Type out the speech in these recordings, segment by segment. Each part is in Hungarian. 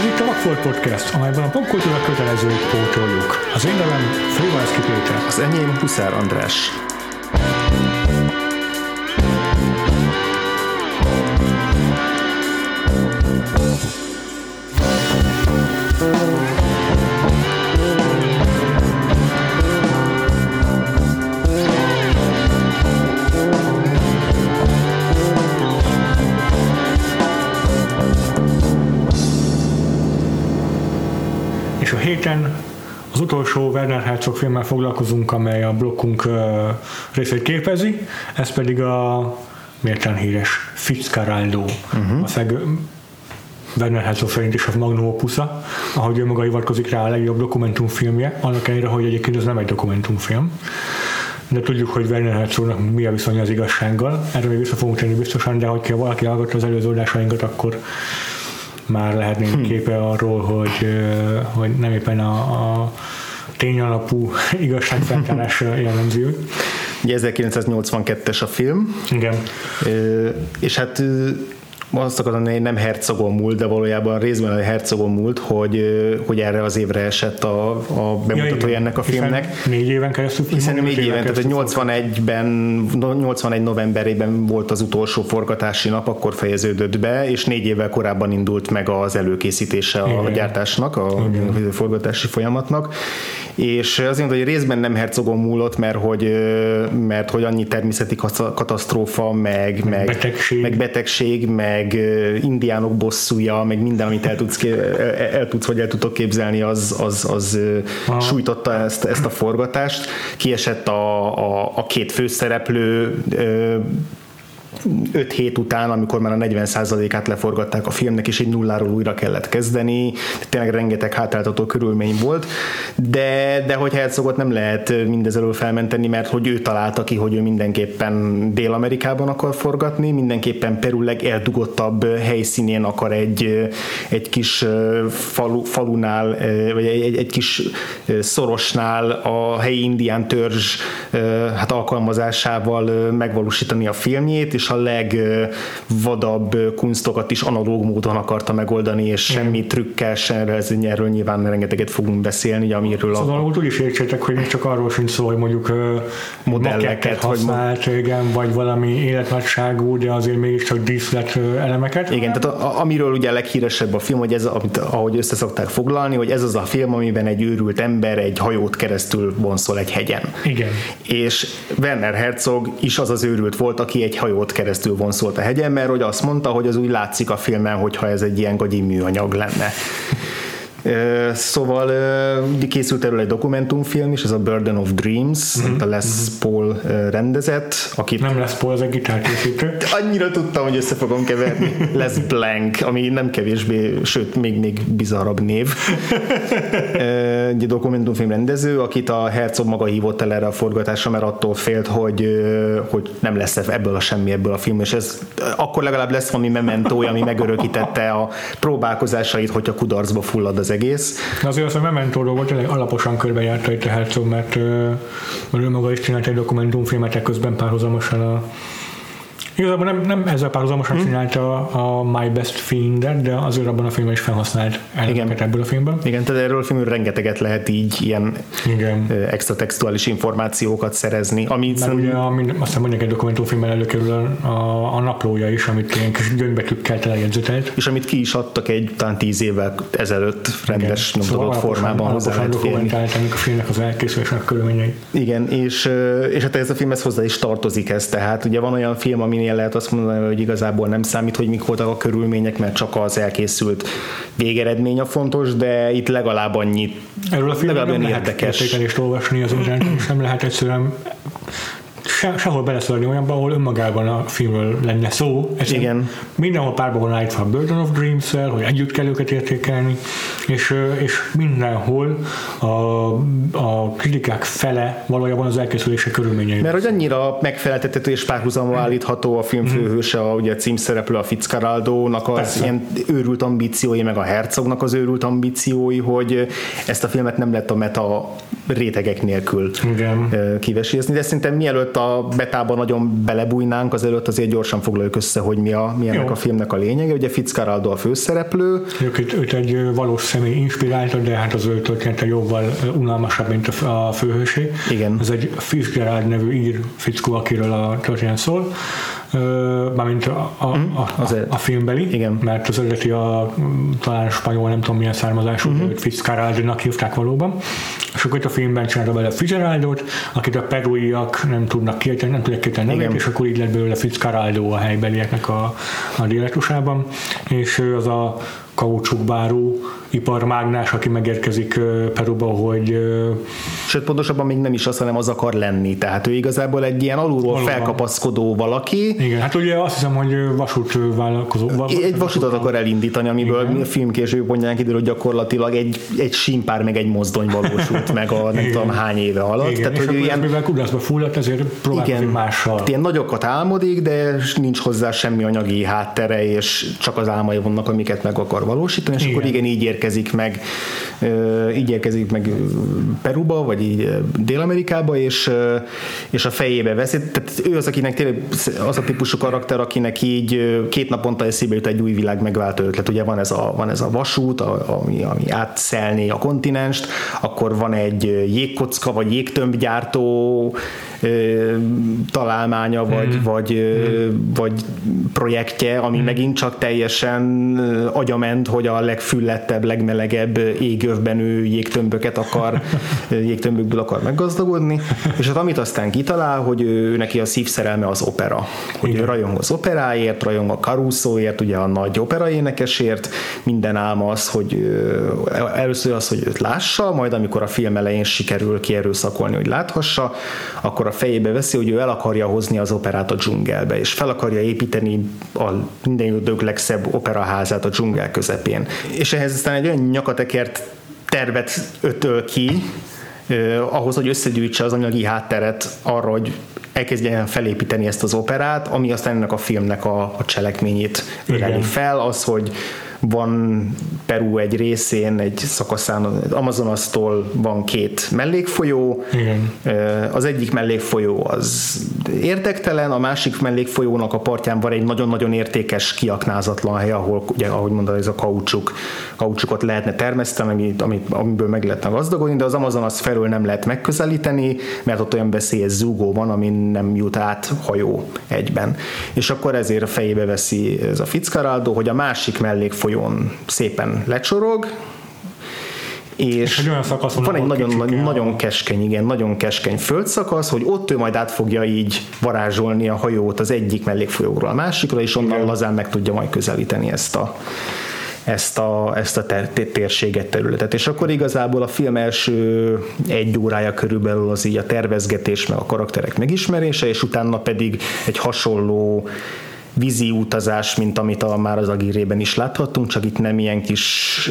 Ez itt a Vakfolt Podcast, amelyben a popkultúra kötelezőit pótoljuk. Az én nevem Frivalszki Péter. Az enyém Huszár András. És a héten az utolsó Werner Herzog filmmel foglalkozunk, amely a blokkunk részét képezi, ez pedig a méltán híres Fitzcarraldo. Werner Herzog szerint is a magnum opusza, ahogy ő maga hivatkozik rá, a legjobb dokumentumfilmje, annak ellenére, hogy egyébként ez nem egy dokumentumfilm. De tudjuk, hogy Werner Herzognak mi a viszony az igazsággal, erről még vissza fogunk tenni biztosan, de hogyha valaki hallgatta az előző adásainkat, akkor már lehetnénk képe arról, hogy nem éppen a tényalapú igazságfeltárás jellemző. Ugye 1982-es a film. Igen. És hát azt akarom mondani, hogy nem Herzogon múlt, de valójában részben a Herzogon múlt, hogy erre az évre esett a bemutatója ennek a filmnek. 4 éven keresztül. Hiszen 4 éven, tehát 81 novemberében volt az utolsó forgatási nap, akkor fejeződött be, és 4 évvel korábban indult meg az előkészítése a gyártásnak, a forgatási folyamatnak. És azért mondom, hogy részben nem Herzogon múlott, mert hogy annyi természeti katasztrófa, meg betegség, meg indiánok bosszúja, meg minden, amit el tudtok képzelni, az sújtotta ezt a forgatást. Kiesett a két főszereplő 5 hét után, amikor már a 40%-át leforgatták a filmnek, és egy nulláról újra kellett kezdeni. Tényleg rengeteg hátráltató körülmény volt, de hogy Herzogot nem lehet mindezelől felmenteni, mert hogy ő találta ki, hogy ő mindenképpen Dél-Amerikában akar forgatni, mindenképpen Peru legeldugottabb helyszínén akar egy kis falunál, vagy egy kis szorosnál a helyi indián törzs alkalmazásával megvalósítani a filmjét, és a legvadabb kunsztokat is analóg módon akarta megoldani, és semmi trükkel, erről nyilván rengeteget fogunk beszélni, amiről szóval úgy is értsétek, hogy csak arról sincs szó, hogy mondjuk modelleket használt, vagy valami életnagyságú, de azért mégiscsak díszlet elemeket. Igen, tehát amiről ugye a leghíresebb a film, hogy ez, ahogy össze szokták foglalni, hogy ez az a film, amiben egy őrült ember egy hajót keresztül vonszol egy hegyen. Igen. És Werner Herzog is az az őrült volt, aki egy hajót keresztül vonszolt a hegyen, mert hogy azt mondta, hogy az úgy látszik a filmen, hogyha ez egy ilyen gagyi műanyag lenne. Szóval készült erről egy dokumentumfilm is, ez a Burden of Dreams, a Les Paul rendezett. Akit nem Les Paul, az egy gitárkészítő. Annyira tudtam, hogy össze fogom keverni. Les Blank, ami nem kevésbé, sőt, még bizarrabb név. Egy dokumentumfilm rendező, akit a Herzog maga hívott el erre a forgatásra, mert attól félt, hogy nem lesz ebből a film, és ez akkor legalább lesz valami mementója, ami megörökítette a próbálkozásait, hogyha kudarcba fullad az egész. De azért az a Memento dolgot tényleg alaposan körbejárta itt a Herzog, mert ő maga is csinált egy dokumentumfilmet közben párhuzamosan igazából nem ezzel párhuzamosan csinálta a My Best Fiend-et, de azért abban a filmben is felhasznált elemeket ebből a filmben. Igen, tehát erről a filmről rengeteget lehet így ilyen extra textuális információkat szerezni. Mert ugye aztán mondjuk egy dokumentumfilmben előkerül a naplója is, amit ilyen kis gyöngybetűkkel telejegyzetelt. És amit ki is adtak talán 10 évvel ezelőtt rendes nyomtatott formában hozzá lehet férni. A filmnek az elkészülésnek körülményei. Igen, és hát ez a filmhez hozzá is tartozik ez, tehát ugye van olyan film, aminél lehet azt mondani, hogy igazából nem számít, hogy mik voltak a körülmények, mert csak az elkészült végeredmény a fontos, de itt legalább annyit, erről a filmben nem lehet értékelést olvasni az interneten, és nem lehet egyszerűen sehol beleszólni olyanba, ahol önmagában a filmről lenne szó. Igen. Mindenhol párban van állítva a Burden of Dreams-el, hogy együtt kell őket értékelni, és mindenhol a kritikák fele valójában az elkészülése körülményei. Mert hogy annyira megfeleltethető és párhuzamban állítható a film főhőse, ugye a címszereplő a Fitzcarraldo-nak az ilyen őrült ambíciói, meg a Herzognak az őrült ambíciói, hogy ezt a filmet nem lett a meta rétegek nélkül kivesézni, de szerintem mielőtt a betában nagyon belebújnánk, azelőtt azért gyorsan foglaljuk össze, hogy mi ennek a filmnek a lényege. Ugye Fitzcarraldo a főszereplő. Őt egy valós személy inspirálta, de hát az ő története jóval unalmasabb, mint a főhősé. Igen. Ez egy Fitzgerald nevű ír fickó, akiről a történet szól. Mármint a filmbeli, igen. Mert az eredeti talán spanyol, nem tudom milyen származású, őt Fitzcarraldo-nak hívták valóban. És akkor itt a filmben csinálta vele Fitzgeraldot, akit a peruiak nem tudják kiejteni nevét, és akkor így lett belőle Fitzcarraldo a helybelieknek a dialektusában. És ő az a kaucsukbáró iparmágnás, aki megérkezik Peruba, hogy... Sőt, pontosabban még nem is az, hanem az akar lenni. Tehát ő igazából egy ilyen alulról felkapaszkodó valaki. Igen, hát ugye azt hiszem, hogy vasútvállalkozó. Egy vasutat akar elindítani, amiből a film később pontján kiderül, hogy gyakorlatilag egy simpár meg egy mozdony valósult meg a nem tudom hány éve alatt. Igen, tehát, és hogy ilyen... mivel kudarcba fulladt, ezért próbálkozik mással. Ilyen nagyokat álmodik, de nincs hozzá semmi anyagi háttere, és csak az álmai vannak, amiket meg akar valósítani, és akkor igen, így érkezik meg Peruba, vagy így Dél-Amerikába, és a fejébe veszi. Tehát ő az, akinek tényleg az a típusú karakter, akinek így 2 naponta eszébe jut egy új világ megváltó ötlet. Ugye van ez a vasút, ami átszelné a kontinenst, akkor van egy jégkocka, vagy jégtömbgyártó találmánya, vagy projektje, ami megint csak teljesen agyament, hogy a legfüllettebb, legmelegebb égövben ő jégtömbökből akar meggazdagodni, és hát amit aztán kitalál, hogy ő neki a szívszerelme az opera. Hogy ő rajong az operáért, rajong a Carusoért, ugye a nagy operaénekesért, minden álma az, hogy először az, hogy őt lássa, majd amikor a film elején sikerül kierőszakolni, hogy láthassa, akkor a fejébe veszi, hogy ő el akarja hozni az operát a dzsungelbe, és fel akarja építeni a minden idők legszebb operaházát a dzsungel közepén. És ehhez aztán egy olyan nyakatekert tervet ötöl ki, ahhoz, hogy összegyűjtse az anyagi hátteret arra, hogy elkezdjen felépíteni ezt az operát, ami aztán ennek a filmnek a cselekményét öleli fel, az, hogy van Peru egy részén, egy szakaszán, az Amazonastól van 2 mellékfolyó. Igen. Az egyik mellékfolyó az érdektelen, a másik mellékfolyónak a partján van egy nagyon-nagyon értékes, kiaknázatlan hely, ahol, ugye, ahogy mondod, ez a kaucsukot lehetne termeszteni, amiből meg lehetne gazdagodni, de az Amazonast felől nem lehet megközelíteni, mert ott olyan veszélyes zúgó van, amin nem jut át hajó egyben. És akkor ezért a fejébe veszi ez a Fitzcarraldo, hogy a másik mellékfolyón szépen lecsorog, és van egy nagyon keskeny földszakasz, hogy ott ő majd át fogja így varázsolni a hajót az egyik mellékfolyóról a másikra, és onnan lazán meg tudja majd közelíteni ezt a térséget, területet. És akkor igazából a film első 1 órája körülbelül az így a tervezgetés, meg a karakterek megismerése, és utána pedig egy hasonló vízi utazás, mint amit már az Aguirrében is láthattunk, csak itt nem ilyen kis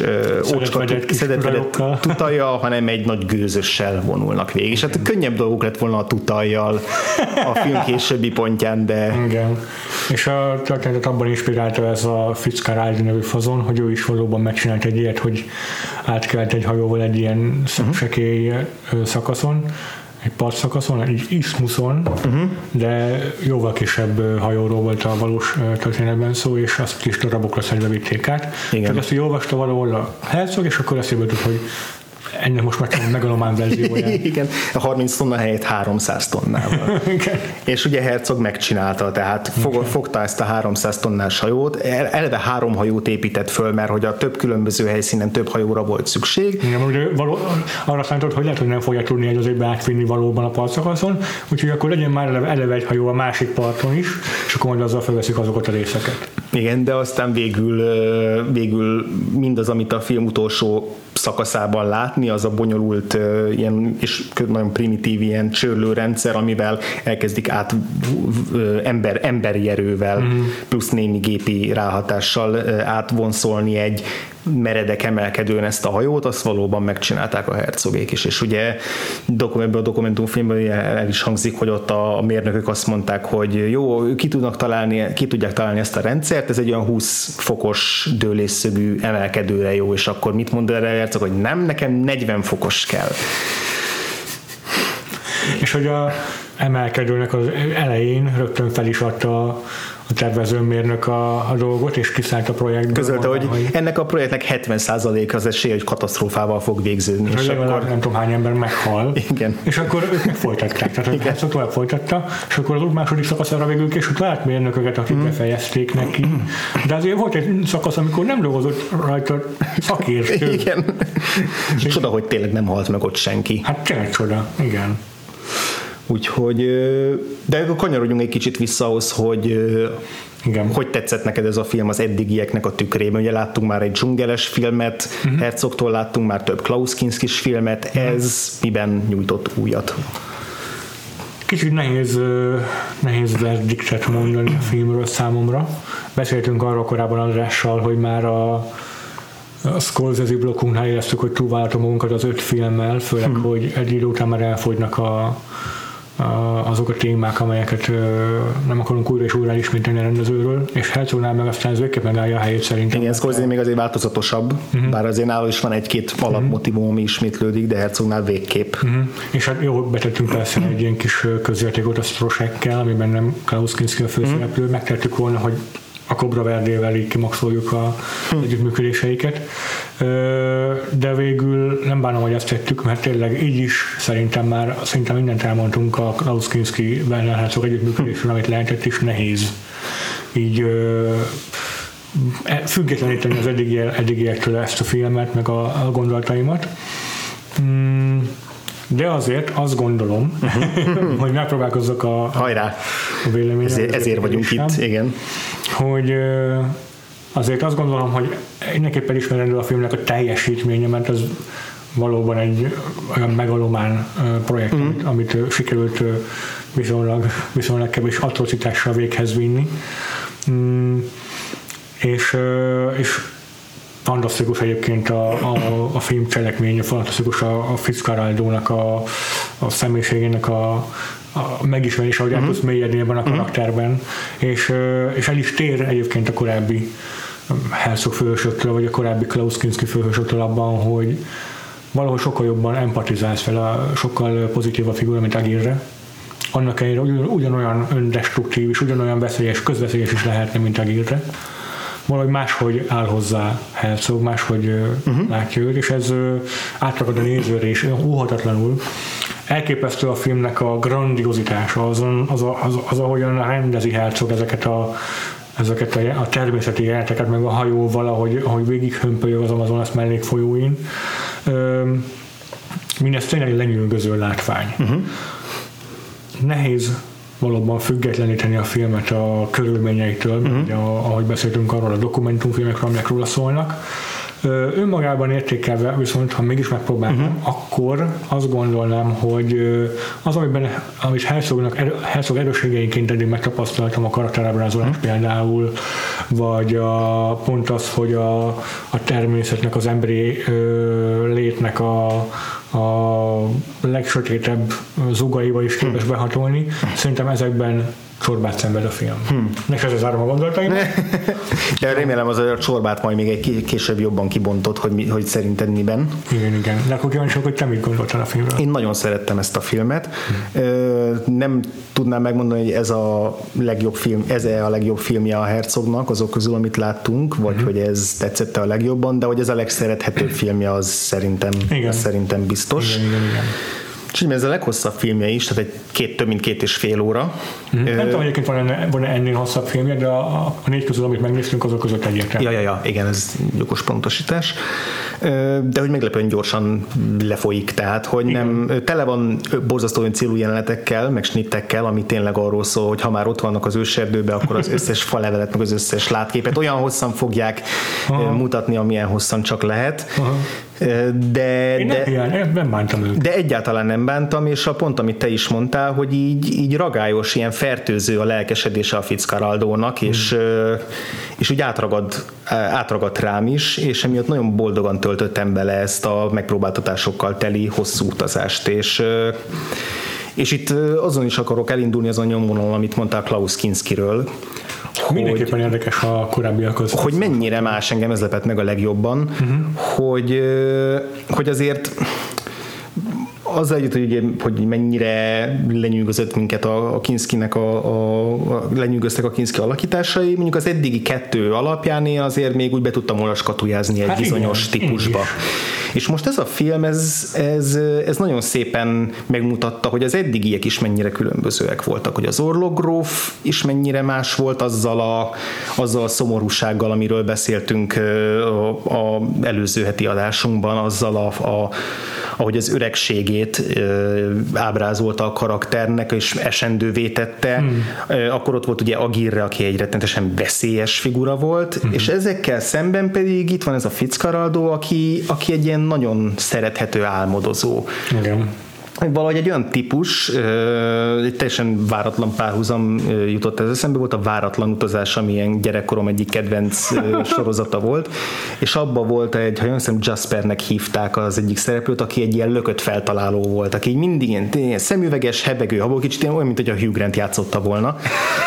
szedett tutajjal, hanem egy nagy gőzössel vonulnak végig. És hát könnyebb dolgok lett volna a tutajjal a film későbbi pontján, de... Igen. És a történetet abban inspirálta ez a Fitzcarraldo nevű fazon, hogy ő is valóban megcsinált egy ilyet, hogy átkelt egy hajóval egy ilyen sekély szakaszon, egy partszakaszon, egy Isthmuson, de jóval kisebb hajóról volt a valós történetben szó, és azt kis darabokra szedve vitték át. Tehát ezt olvasta valahol a Herzog, és akkor eszébe jutott, hogy ennek most már csak megalomán verzióját. Igen, a 30 tonna helyett 300 tonnával. És ugye Herzog megcsinálta, tehát fogta ezt a 300 tonnás hajót, eleve 3 hajót épített föl, mert hogy a több különböző helyszínen több hajóra volt szükség. Igen, ugye arra számított, hogy lehet, hogy nem fogja tudni egy azért átvinni valóban a partszakaszon, úgyhogy akkor legyen már eleve egy hajó a másik parton is, és akkor majd azzal felveszik azokat a részeket. Igen, de aztán végül mindaz, amit a film utolsó szakaszában látni, az a bonyolult ilyen, és nagyon primitív ilyen csörlőrendszer, amivel elkezdik emberi erővel plusz némi gépi ráhatással átvonszolni egy meredek emelkedőn ezt a hajót, azt valóban megcsinálták a Herzogék is, és ugye ebben a dokumentumfilmben el is hangzik, hogy ott a mérnökök azt mondták, hogy jó, ki tudják találni ezt a rendszert, ez egy olyan 20 fokos dőlésszögű emelkedőre jó, és akkor mit mond erre Herzog, hogy nem, nekem 40 fokos kell. És hogy emelkedőnek az elején rögtön fel is adta a tervezőmérnök a dolgot, és kiszállt a projektből. Közölte, hogy ennek a projektnek 70% az esély, hogy katasztrófával fog végződni. És akkor nem tudom hány ember meghal. Igen. És akkor ők megfolytatták. Tehát a Herzog tovább folytatta, és akkor az második szakaszára végül később talált mérnököket, akik befejezték neki. De azért volt egy szakasz, amikor nem dolgozott rajta szakértő. Igen. Csoda, hogy tényleg nem halt meg ott senki. Hát tényleg csoda, igen. Úgyhogy, de akkor kanyarodjunk egy kicsit vissza ahhoz, hogy igen. Hogy tetszett neked ez a film az eddigieknek a tükrében? Ugye láttunk már egy dzsungeles filmet, Herzogtól láttunk már több Klaus Kinskis filmet, ez miben nyújtott újat? Kicsit nehéz verdiktet mondani a filmről számomra. Beszéltünk arról korábban Andrással, hogy már a Scorsese blokkunknál éreztük, hogy túlvállaltuk magunkat az 5 filmmel, főleg, hogy egy idő után már elfogynak azok a témák, amelyeket nem akarunk újra és újra elismételni a rendezőről, és Herzognál meg aztán ez végképp megállja a helyét szerintem. Igen, Scorsese még azért változatosabb, bár azért nála is van egy-két alapmotivum, ami ismétlődik, de Herzognál végképp. És hát jó, betettünk persze egy ilyen kis közjátékot a Strosekkel, amiben nem Klaus Kinski a főszereplő, megtettük volna, hogy a Cobra Verdével így kimaxoljuk az együttműködéseiket. De végül nem bánom, hogy ezt tettük, mert tényleg így is szerintem már szinte mindent elmondtunk a Klaus Kinski Werner Herzog együttműködésről, amit lehetett, és nehéz így függetleníteni az eddigiektől ezt a filmet, meg a gondolataimat. De azért azt gondolom, hogy megpróbálkozzak a véleményem. Ezért vagyunk itt, igen. Hogy azért azt gondolom, hogy mindenképpen ismerendő a filmnek a teljesítménye, mert ez valóban egy olyan megalomán projekt, amit sikerült viszonylag kevés atrocitással véghez vinni. És fantasztikus egyébként a film cselekménye, fantasztikus a Fitzcarraldónak a személyiségének a megismerés, ahogy el tudsz mélyedni ebben a karakterben, és el is tér egyébként a korábbi Herzog főhősöktől, vagy a korábbi Klaus Kinski főhősöktől abban, hogy valahol sokkal jobban empatizálsz vele, sokkal pozitívabb figura, mint Aguirre. Annak ellenére ugyanolyan öndestruktív és ugyanolyan veszélyes, közveszélyes is lehetne, mint Aguirre. Valahogy máshogy áll hozzá Herzog, máshogy látja őt, és ez átragad a nézőre is óhatatlanul. Elképesztő a filmnek a grandiozitása, az ahogyan rendezi Herzog ezeket a természeti jeleneteket, meg a hajóval, ahogy végig hömpölyög az Amazonas mellékfolyóin. Mindez tényleg lenyűgöző látvány. Nehéz valóban függetleníteni a filmet a körülményeitől, ahogy beszéltünk arról a dokumentumfilmekről, amelyek róla szólnak. Önmagában értékelve, viszont ha mégis megpróbálom, akkor azt gondolnám, hogy az, amit Herzog erősségeiként eddig megtapasztaltam, a karakterábrázolás például, vagy pont az, hogy a természetnek, az emberi létnek a legsötétebb zugaiba is képes behatolni. Szerintem ezekben csorbát szenved a film. Neked ez zárom a gondolataim. Remélem az a csorbát majd még egy később jobban kibontott, hogy szerinted miben. Igen. De akkor kíváncsi, hogy te mit gondoltál a filmről? Én nagyon szerettem ezt a filmet. Nem tudnám megmondani, hogy ez a legjobb filmje a Herzognak azok közül, amit láttunk, vagy hogy ez tetszette a legjobban, de hogy ez a legszerethetőbb filmje, az szerintem biztos. Igen. És ez a leghosszabb filmje is, tehát több mint 2,5 óra. Nem tudom, egyébként van ennél hosszabb filmje, de a 4 közül, amit megnéztünk, azok között egyértelmű. Ja, igen, ez jogos pontosítás. De hogy meglepően gyorsan lefolyik, tehát hogy nem tele van borzasztó célú jelenetekkel, meg snittekkel, ami tényleg arról szól, hogy ha már ott vannak az őserdőben, akkor az összes falevelet, meg az összes látképet olyan hosszan fogják mutatni, amilyen hosszan csak lehet. Nem bántam őket. De egyáltalán nem bántam, és a pont, amit te is mondtál, hogy így ragályos, ilyen fertőző a lelkesedése a Fitzcarraldónak, és úgy átragadt rám is, és emiatt nagyon boldogan töltöttem bele ezt a megpróbáltatásokkal teli hosszú utazást, és itt azon is akarok elindulni az a nyomvonalon, amit mondtál Klaus Kinskiről, mindenképpen érdekes a korábbiakhoz. Hogy mennyire más, engem ez lepett meg a legjobban, hogy azért azzal együtt, hogy mennyire lenyűgözött minket a Kinskinek lenyűgöztek a Kinski alakításai, mondjuk az eddigi 2 alapján én azért még úgy be tudtam volna skatujázni egy bizonyos típusba. És most ez a film, ez nagyon szépen megmutatta, hogy az eddigiek is mennyire különbözőek voltak, hogy az Orlok-gróf is mennyire más volt azzal a szomorúsággal, amiről beszéltünk a előző heti adásunkban, azzal ahogy az öregségét ábrázolta a karakternek, és esendővé tette. Akkor ott volt ugye Aguirre, aki egy rettenetesen veszélyes figura volt, és ezekkel szemben pedig itt van ez a Fitzcarraldo, aki egy ilyen nagyon szerethető álmodozó. Igen. Valahogy egy olyan típus, egy teljesen váratlan párhuzam jutott ez eszembe, volt a Váratlan utazás, ami ilyen gyerekkorom egyik kedvenc sorozata volt, és abban volt egy, ha jön hiszem Jaspernek hívták az egyik szereplőt, aki egy ilyen lökött feltaláló volt, aki mindig ilyen szemüveges, hebegő, habó, kicsit olyan, mint hogy a Hugh Grant játszotta volna.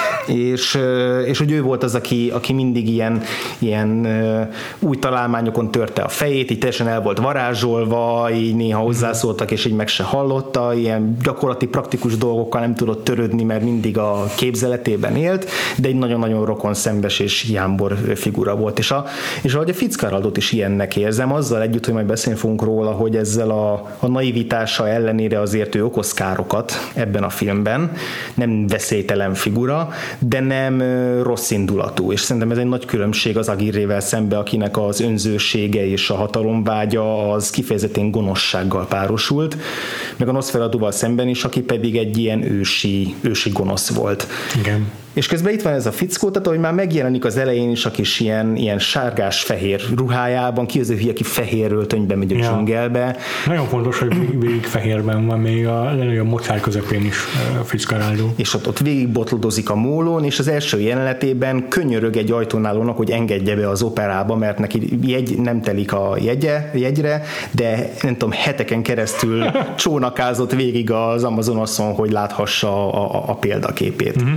És hogy ő volt az, aki mindig ilyen új találmányokon törte a fejét, így teljesen el volt varázsolva, így néha hozzászóltak, és így meg se hallotta, ilyen gyakorlati praktikus dolgokkal nem tudott törődni, mert mindig a képzeletében élt, de egy nagyon-nagyon rokonszembes és jámbor figura volt. És ahogy a Fitzcarraldot is ilyennek érzem, azzal együtt, hogy majd beszélni fogunk róla, hogy ezzel a naivitása ellenére azért ő okoz károkat ebben a filmben, nem veszélytelen figura, de nem rossz indulatú, és szerintem ez egy nagy különbség az Aguirrével szembe, akinek az önzősége és a hatalomvágya az kifejezetten gonoszsággal párosult, meg a Nosferatuval szemben is, aki pedig egy ilyen ősi gonosz volt. Igen. És közben itt van ez a fickó, tehát ahogy már megjelenik az elején is a kis ilyen sárgás-fehér ruhájában, ki az, aki fehér öltönyben megy a dzsungelbe. Nagyon fontos, hogy végig fehérben van, még a legnagyobb mocsár közepén is Fitzcarraldo. És ott végig botlodozik a mólón, és az első jelenetében könyörög egy ajtónálónak, hogy engedje be az operába, mert neki nem telik a jegyre, de nem tudom, heteken keresztül csónakázott végig az Amazonoson, hogy láthassa a példaképét. Uh-huh.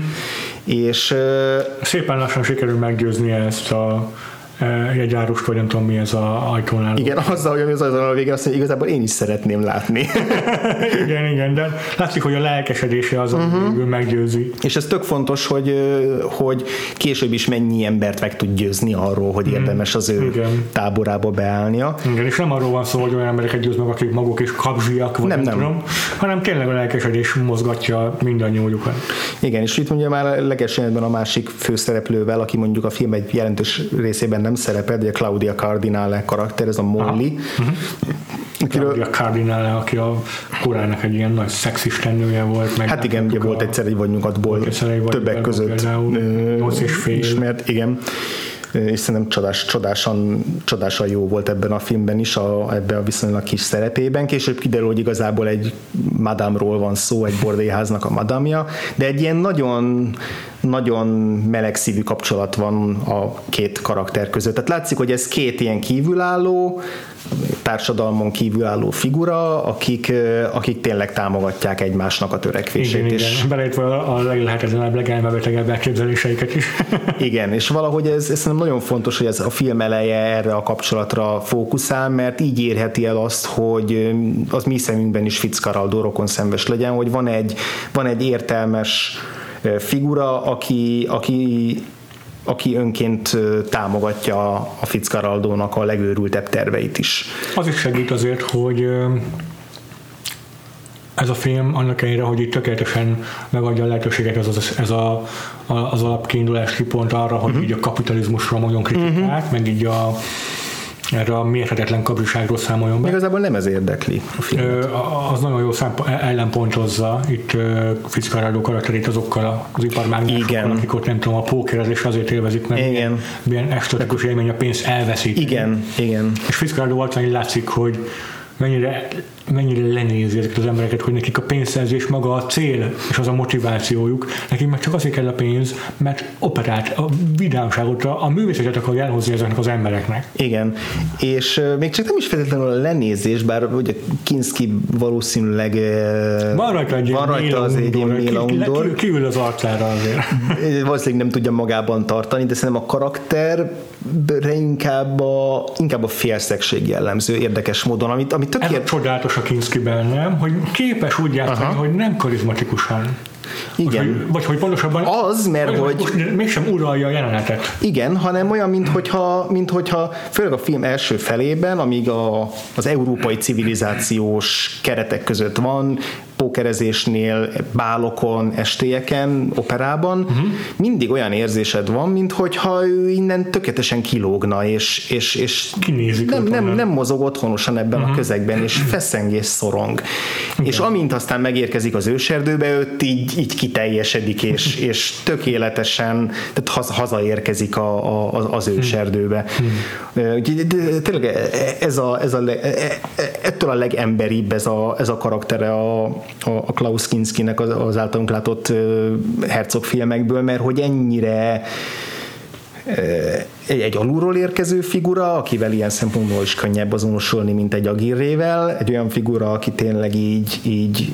És szépen lassan sikerül meggyőzni ezt a jegyárust, vagy nem tudom mi ez a ajtónál. Igen, azzal, hogy az ajtónál a végén azt mondja, igazából én is szeretném látni. igen, de látszik, hogy a lelkesedése az, hogy meggyőzi. És ez tök fontos, hogy később is mennyi embert meg tud győzni arról, hogy érdemes az ő táborába beállnia. Igen, és nem arról van szó, hogy olyan embereket győz meg, akik maguk is kabzsiak, vagy nem tudom, hanem tényleg a lelkesedés mozgatja mindannyiójukat. Igen, és itt mondja már legesjelenetben a másik főszereplővel, aki mondjuk a film egy jelentős részében nem szerepel, de a Claudia Cardinale karakter, ez a Molly. Claudia Cardinale, aki a korának egy ilyen nagy szexistennője volt. Meg hát igen, ugye volt egyszer egy vagy nyugatból többek között ismert, igen. És szerintem csodásan jó volt ebben a filmben is, ebben a viszonylag kis szerepében. Később kiderül, hogy igazából egy madamról van szó, egy bordélyháznak a madamja, de egy ilyen nagyon melegszívű kapcsolat van a két karakter között. Tehát látszik, hogy ez két ilyen kívülálló, társadalmon kívülálló figura, akik tényleg támogatják egymásnak a törekvését. Igen. Beleértve a leglehetetlenebb, legelmebetegebb elképzeléseiket is. Igen, és valahogy ez szerintem nagyon fontos, hogy ez a film eleje erre a kapcsolatra fókuszál, mert így érheti el azt, hogy az mi szemünkben is Fitzcarraldo rokonszenves legyen, hogy van egy értelmes figura, aki önként támogatja a Fitzcarraldónak a legőrültebb terveit is. Az is segít azért, hogy ez a film annak ellenére, hogy itt tökéletesen megadja a lehetőséget ez az alapkiindulási pont arra, hogy így a kapitalizmusra mondjon kritikát, meg így erre a mérhetetlen kabzsiságról számoljon be. Igazából nem ez érdekli a filmet. Az nagyon jó ellenpontozza itt Fitzcarraldo karakterét azokkal az iparmágnásokkal, akik ott nem tudom, a pókerezés azért élvezik, mert milyen extatikus élmény a pénzt elveszíteni. Igen. És Fitzcarraldo arcán látszik, hogy mennyire lenézi ezeket az embereket, hogy nekik a pénzszerzés maga a cél, és az a motivációjuk. Nekik meg csak azért kell a pénz, mert operát, a vidámságot, a művészetet akarja elhozni ezeknek az embereknek. Igen, és még csak nem is feltétlenül a lenézés, bár ugye Kinski valószínűleg van rajta az egy Méla undor. Kiül az arcára azért. Valószínűleg nem tudja magában tartani, de szerintem a karakter inkább a félszegség jellemző érdekes módon, amit ez a csodálatos a Kinski bennem, hogy képes úgy játszani, hogy nem karizmatikusan. Igen. Vagy hogy pontosabban az, mert hogy mégsem uralja a jelenetet. Igen, hanem olyan, minthogyha főleg a film első felében, amíg az európai civilizációs keretek között van, pókerezésnél, bálokon, estélyeken, operában, mindig olyan érzésed van, minthogyha ő innen tökéletesen kilógna, és nem mozog otthonosan ebben a közegben, és feszeng és szorong. Igen. És amint aztán megérkezik az őserdőbe, őt így kiteljesedik, és tökéletesen hazaérkezik az őserdőbe. Tényleg ettől a legemberibb ez a karaktere a Klaus Kinskinek az általunk látott Herzog filmekből, mert hogy ennyire egy alulról érkező figura, akivel ilyen szempontból is könnyebb azonosulni, mint egy Aguirrével, egy olyan figura, aki tényleg így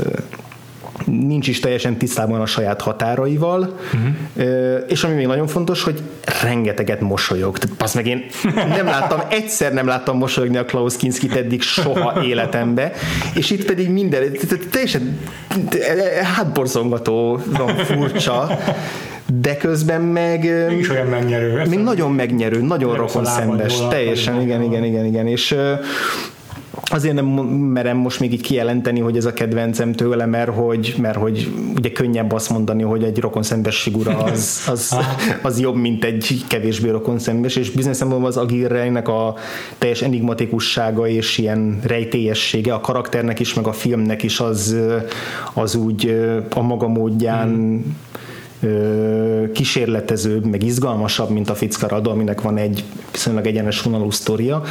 nincs is teljesen tisztában a saját határaival, és ami még nagyon fontos, hogy rengeteget mosolyog. Azt meg én egyszer nem láttam mosolyogni a Klaus Kinskit eddig soha életembe, és itt pedig minden, teljesen hátborzongató, furcsa, de közben meg mégis olyan megnyerő. Még nagyon megnyerő, nagyon rokonszenves, teljesen, igen, és azért nem merem most még így kijelenteni, hogy ez a kedvencem tőle, mert hogy ugye könnyebb azt mondani, hogy egy rokonszenves figura az jobb, mint egy kevésbé rokonszenves, és bizonyos szempontból az Aguirre-nek a teljes enigmatikussága és ilyen rejtélyessége a karakternek is, meg a filmnek is az úgy a maga módján kísérletezőbb, meg izgalmasabb, mint a Fitzcarraldo, aminek van egy viszonylag egyenes vonalú sztoria,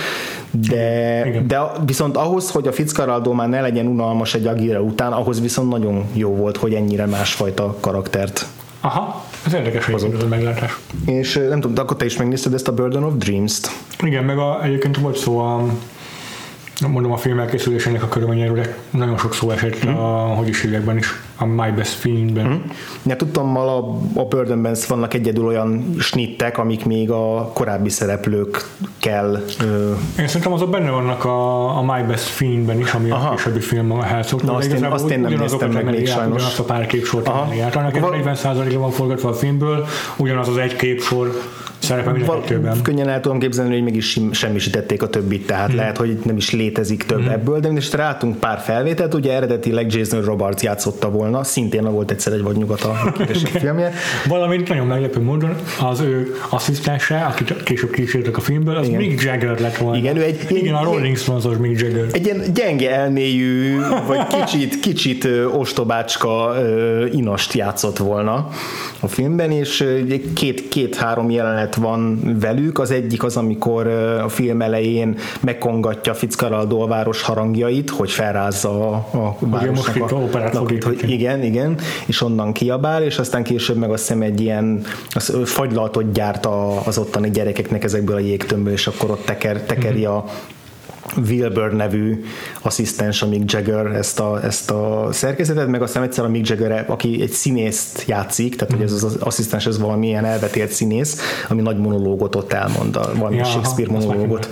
de viszont ahhoz, hogy a Fitzcarraldo már ne legyen unalmas egy Aguirre után, ahhoz viszont nagyon jó volt, hogy ennyire másfajta karaktert. Aha, ez érdekes, hogy ez a meglátás. És nem tudom, akkor te is megnézted ezt a Burden of Dreams-t? Igen, meg egyébként volt szó mondom a film elkészülésének a körülményeiről, de nagyon sok szó esett a hívekben is, a My Best Fiendben. Ja, tudtam, a Burdenben vannak egyedül olyan snittek, amik még a korábbi szereplőkkel... Én szerintem azok benne vannak a My Best Fiendben is, ami a későbbi film a Herzog. Na, azt én nem néztem meg még sajnos. Ugyanazt a pár képsort emeli át. Annak 40%-ra van forgatva a filmből, ugyanaz az egy képsor szerepel mind a kettőben. Könnyen el tudom képzelni, hogy mégis semmisítették a többit, tehát lehet, hogy nem is létezik több ebből, de most rátunk pár felvételt, ugye eredetileg Jason Robards játszotta volna, szintén volt egyszer egy vadnyugat a filmje. Valamint nagyon meglepő módon az ő asszisztense, akit később kísértek a filmből, az Mick Jagger lett volna. Igen, a Rolling Stones-os Mick Jagger. Egy ilyen gyenge elmélyű, vagy kicsit ostobácska inast játszott volna a filmben, és két-három jelenet van velük. Az egyik az, amikor a film elején megkongatja Fitzcarraldo a város harangjait, hogy felrázza a városnak a lapit, hogy igen, és onnan kiabál, és aztán később meg azt hiszem egy ilyen fagylaltot gyárt az ottani gyerekeknek ezekből a jégtömbből, és akkor ott tekeri a Wilbur nevű asszisztens, a Mick Jagger ezt a szerkezetet, meg aztán egyszer a Mick Jagger, aki egy színészt játszik, tehát hogy ez az asszisztens, ez valamilyen elvetélt színész, ami nagy monológot ott elmond, valami Shakespeare monológot.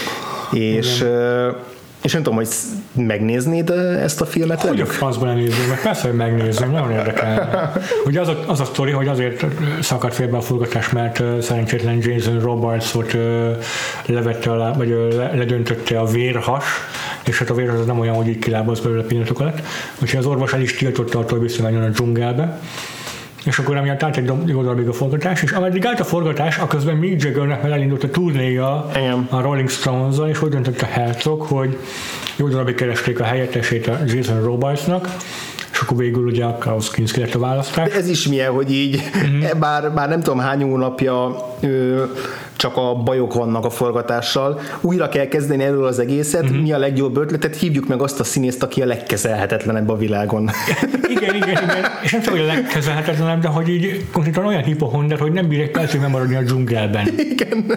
És nem tudom, hogy megnéznéd ezt a filmet? Hogy a francban elnézném, meg persze, hogy megnézzem, nagyon érdekel. Ugye az a sztori, hogy azért szakadt félbe a forgatás, mert szerencsétlen Jason Robardsot levette alá, vagy ledöntötte a vérhas, és hát a vérhas az nem olyan, hogy így kilábalsz belőle pillanatok alatt. Úgyhogy az orvos el is tiltotta attól, hogy visszamenjen a dzsungelbe. És akkor emiatt állt egy jó darabig a forgatás, és ameddig állt a forgatás, aközben Mick Jaggernek meg elindult a turnéja a Rolling Stones-zal, és úgy döntött a Herzog, hogy jó darabig keresték a helyettesét a Jason Robardsnak, és akkor végül ugye a Klaus Kinski lett a választás. De ez is milyen, hogy így, bár nem tudom hány hónapja csak a bajok vannak a forgatással, újra kell kezdeni erről az egészet, mi a legjobb ötletet, hívjuk meg azt a színészt, aki a legkezelhetetlenebb a világon. Igen. És nem csak, hogy a legkezelhetetlenebb, de hogy így konkrétan olyan hipohonder, hogy nem bír egy percig megmaradni a dzsungelben. Igen.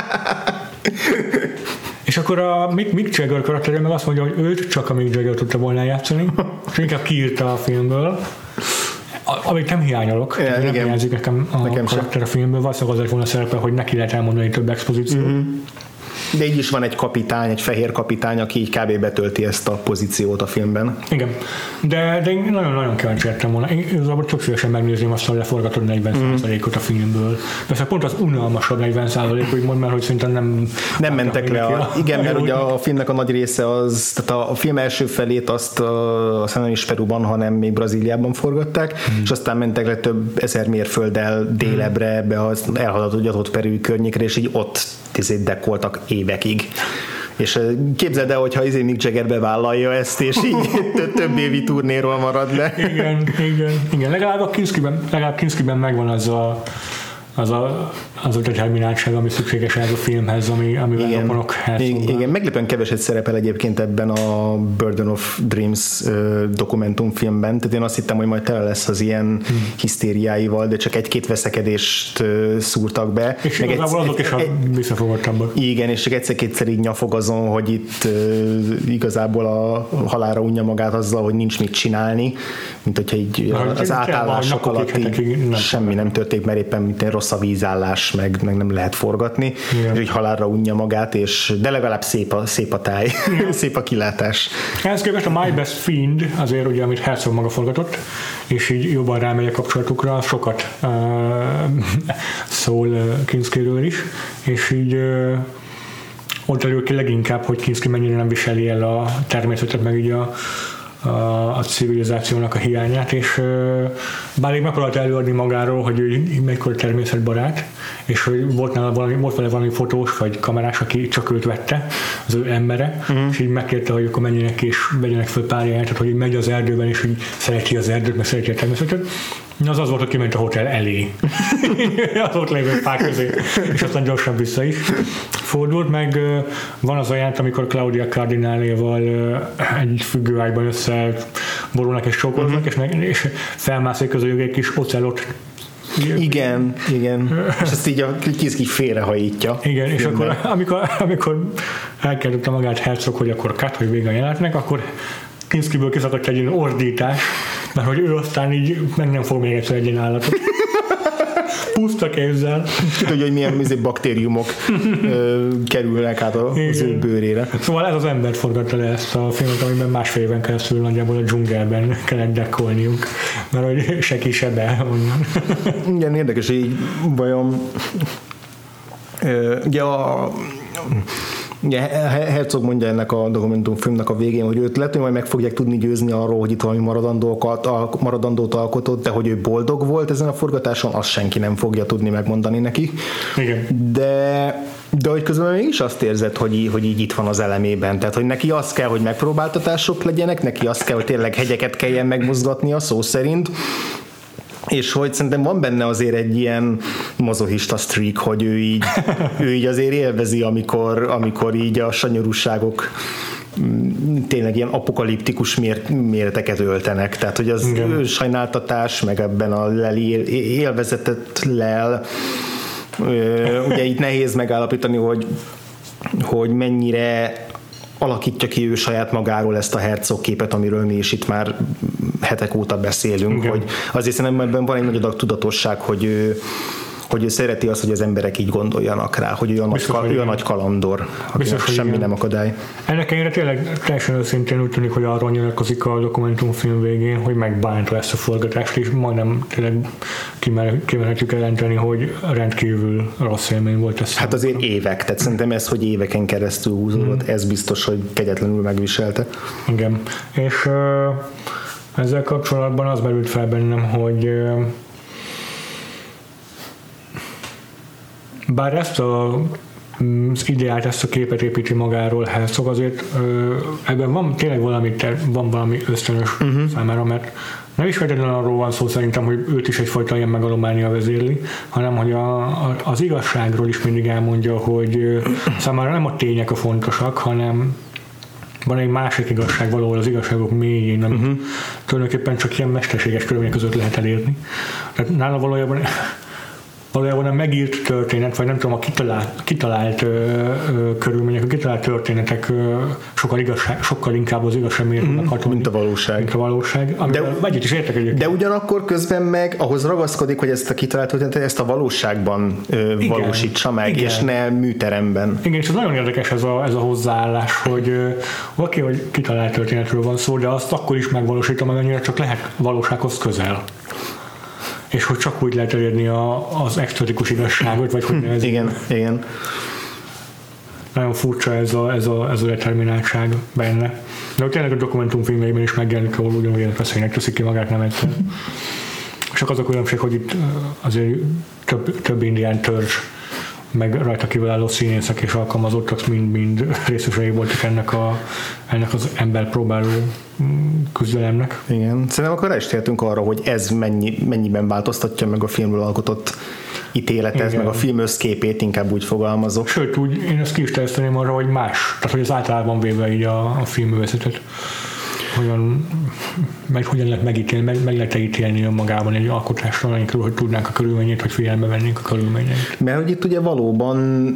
És akkor a Mick Jagger karakterje meg azt mondja, hogy őt csak a Mick Jagger tudta volna játszani, és inkább kiírta a filmből. amit nem hiányolok, nem hiányzik nekem a karakter a filmből, valószínűleg azért volna szerepel, hogy neki lehet elmondani több expozíciót. De így is van egy kapitány, egy fehér kapitány, aki így kb. Betölti ezt a pozíciót a filmben. Igen, de én nagyon-nagyon kíváncsi lettem volna. Én igazából csak szívesen megnézném azt a leforgatott 40%-ot a filmből. Persze pont az unalmasabb 40%, úgy mondd már, hogy szerintem nem mentek le. Igen, mert ugye a filmnek a nagy része az, tehát a film első felét azt nem is Peruban, hanem még Brazíliában forgatták, és aztán mentek le több ezer mérfölddel délebbre ebbe az elhaladott Peru környékre, és így ott dekoltak évekig. És képzeld el, hogyha Mick Jagger bevállalja ezt, és így több évi turnéról marad le. Igen. Legalább Kinskiben megvan az a determináltság, ami szükséges ez a filmhez, amivel rokonok Herzogban. Igen, meglepően keveset szerepel egyébként ebben a Burden of Dreams dokumentumfilmben, tehát én azt hittem, hogy majd tele lesz az ilyen hisztériáival, de csak egy-két veszekedést szúrtak be. És igazából azok is visszafogottabbak. Igen, és csak egyszer-kétszer így nyafog azon, hogy itt igazából a halálra unja magát azzal, hogy nincs mit csinálni, mint hogyha így az átállások alatt semmi nem történik, mert éppen mint egy rossz a vízállás, meg nem lehet forgatni, és így halálra unja magát, de legalább szép a táj, szép a kilátás. Ehhez képest a My Best Fiend, azért ugye, amit Herzog maga forgatott, és így jobban rámegy a kapcsolatukra, sokat szól Kinskiről is, és így ott derül ki leginkább, hogy Kinski mennyire nem viseli el a természetet, meg így a civilizációnak a hiányát, és bár még megpróbált előadni magáról, hogy ő mekkora természetbarát, és hogy volt vele valami fotós vagy kamerás, aki csak őt vette, az ő embere, és így megkérte, hogy akkor menjenek ki és vegyenek föl pár jelentet, hogy megy az erdőben, és így szereti az erdőt, meg szereti a természetet. Az volt, hogy kiment a hotel elé. Az ott lévő fák közé, és aztán gyorsan vissza is fordult, meg van az ajánlat, amikor Claudia Cardináléval egy függőágyban összeborulnak és csókolnak, és felmászik közül egy kis ocelot. Igen. És ezt így a Kinski félrehajítja. Igen, és akkor amikor elkezdette magát Herzog, hogy akkor cut, hogy vége a jelenetnek, akkor Kinskiből kiszakadt egy ilyen ordítás, mert hogy ő aztán így meg nem fog még egyszer egy ilyen állatot. Puszta kézzel. Tudja, hogy milyen baktériumok kerülnek át az ő bőrére. Szóval ez az ember forgatta le ezt a filmet, amiben másfél éven keresztül nagyjából a dzsungelben kellett dekolniuk, mert hogy se ki, se be onnan. Igen, érdekes, hogy így vajon ugye Herzog mondja ennek a dokumentumfilmnek a végén, hogy őt lehet, hogy majd meg fogják tudni győzni arról, hogy itt valami maradandót alkotott, de hogy ő boldog volt ezen a forgatáson, azt senki nem fogja tudni megmondani neki. Igen. De hogy közben mégis azt érzed, hogy így itt van az elemében. Tehát, hogy neki az kell, hogy megpróbáltatások legyenek, neki az kell, hogy tényleg hegyeket kelljen megmozgatnia szó szerint, és hogy szerintem van benne azért egy ilyen mazochista streak, hogy ő így azért élvezi, amikor így a sanyarúságok tényleg ilyen apokaliptikus méreteket öltenek. Tehát, hogy az sajnáltatás, meg ebben a élvezetet lel. Ugye itt nehéz megállapítani, hogy mennyire alakítja ki ő saját magáról ezt a Herzog képet, amiről mi is itt már hetek óta beszélünk, hogy azért szerintem ebben van egy nagy adag tudatosság, hogy ő szereti azt, hogy az emberek így gondoljanak rá, hogy ő a nagy kalandor, akinek semmi nem akadály. Ennek ellenére tényleg teljesen őszintén úgy tűnik, hogy arról nyilatkozik a dokumentumfilm végén, hogy megbántva ezt a forgatást, és majdnem tényleg kimerhetjük jelenteni, hogy rendkívül rossz élmény volt ez. Hát azért évek, tehát szerintem ez, hogy éveken keresztül húzódott, ez biztos, hogy kegyetlenül megviselte. Igen, és ezzel kapcsolatban az merült fel bennem, hogy bár ezt az ideát, ezt a képet építi magáról Herzog, azért ebben van tényleg valami ösztönös számára, mert nem is feltétlenül arról van szó szerintem, hogy őt is egyfajta ilyen megalománia vezérli, hanem hogy az igazságról is mindig elmondja, hogy számára nem a tények a fontosak, hanem van egy másik igazság valahol az igazságok mélyén, amit tulajdonképpen csak ilyen mesterséges körülmények között lehet elérni. Tehát nála valójában valójában a megírt történet, vagy nem tudom, a kitalált körülmények, a kitalált történetek sokkal inkább az igazság mérőnek hatolni. Mint a valóság. Amivel együtt is értek egyébként. De ugyanakkor közben meg ahhoz ragaszkodik, hogy ezt a kitalált történetet ezt a valóságban valósítsa meg, igen. És ne műteremben. Igen, és ez nagyon érdekes ez a hozzáállás, hogy oké, hogy kitalált történetről van szó, de azt akkor is megvalósítom, amennyire csak lehet valósághoz közel. És hogy csak úgy lehet elérni az exotikus igazságot, vagy hogy ez igen. Nagyon furcsa ez a determináltság benne. De hogy tényleg a dokumentumfilmjeiben is megjelenik, ahol ugyanúgy veszélynek teszik ki magát, nem egyszer. Csak az a különbség, hogy itt azért több indián törzs, meg rajta kiváló színészek és alkalmazottak mind részesei voltak ennek az ember próbáló küzdelemnek. Igen. Szerintem akkor rá is tértünk arra, hogy ez mennyiben változtatja meg a filmről alkotott ítéletet, igen. Meg a film összképét, inkább úgy fogalmazok. Sőt, úgy én ezt ki is terjeszteném arra, hogy más. Tehát, hogy az általában véve így a filmművészetet hogyan lehet megítélni, meg lehet ítélni önmagában egy alkotásra, anélkül, hogy tudnánk a körülményét, hogy figyelembe vennénk a körülményeit. Mert hogy itt ugye valóban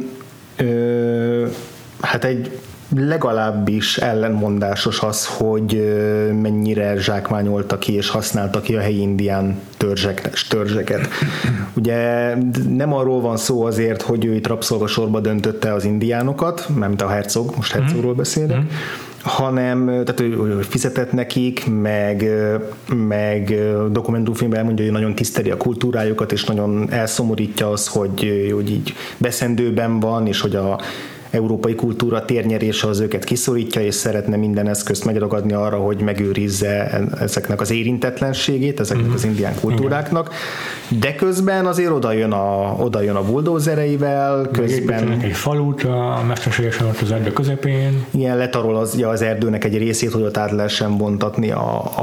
hát egy legalábbis ellenmondásos az, hogy mennyire zsákmányolta ki és használta ki a helyi indián törzseket. Ugye nem arról van szó azért, hogy ő itt rabszolgasorba döntötte az indiánokat, mármint a hercog, most hercogról beszélek, hanem tehát, hogy fizetett nekik, meg dokumentumfilmben elmondja, hogy nagyon tiszteli a kultúrájukat, és nagyon elszomorítja az, hogy így veszendőben van, és hogy a európai kultúra térnyerése az őket kiszorítja, és szeretne minden eszközt megragadni arra, hogy megőrizze ezeknek az érintetlenségét, ezeknek az indián kultúráknak. De közben azért oda jön a buldózereivel, közben egy falut, a mesterségesen ott az erdő közepén. Igen, letarol az erdőnek egy részét, hogy ott át lehessen vontatni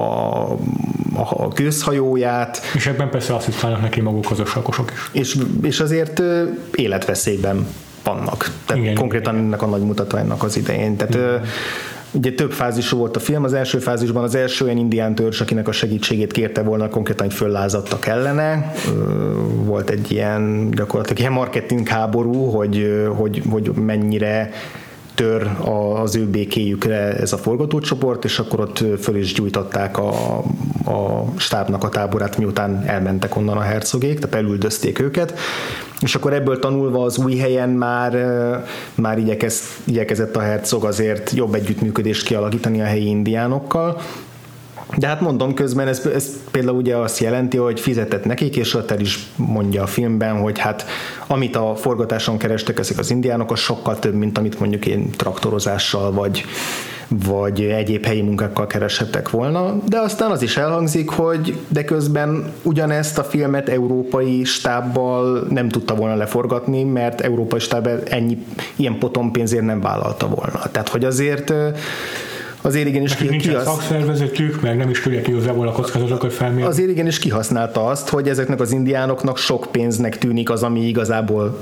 a gőzhajóját. És ebben persze asszisztálnak neki maguk az sakosok is. És azért életveszélyben vannak. Tehát igen, konkrétan ennek a nagy mutatványnak az idején. Tehát ugye több fázisú volt a film. Az első fázisban az első olyan indián törzs, akinek a segítségét kérte volna, konkrétan hogy föllázadtak ellene. Volt egy ilyen gyakorlatilag ilyen marketing háború, hogy mennyire tör az ő békéjükre ez a forgatócsoport, és akkor ott föl is gyújtották a stábnak a táborát, miután elmentek onnan a hercogék, tehát elüldözték őket, és akkor ebből tanulva az új helyen már igyekezett a hercog azért jobb együttműködést kialakítani a helyi indiánokkal. De hát mondom, közben ez például ugye azt jelenti, hogy fizetett nekik, és ott el is mondja a filmben, hogy hát amit a forgatáson kerestek ezek az indiánok, az sokkal több, mint amit mondjuk én traktorozással vagy egyéb helyi munkákkal kereshettek volna, de aztán az is elhangzik, hogy de közben ugyanezt a filmet európai stábbal nem tudta volna leforgatni, mert európai stáb ilyen potonpénzért nem vállalta volna. Tehát, hogy azért igenis nincsen szakszervezetük, meg nem is tudják igazából a kockázatokat felmérni. Azért igenis kihasználta azt, hogy ezeknek az indiánoknak sok pénznek tűnik az, ami igazából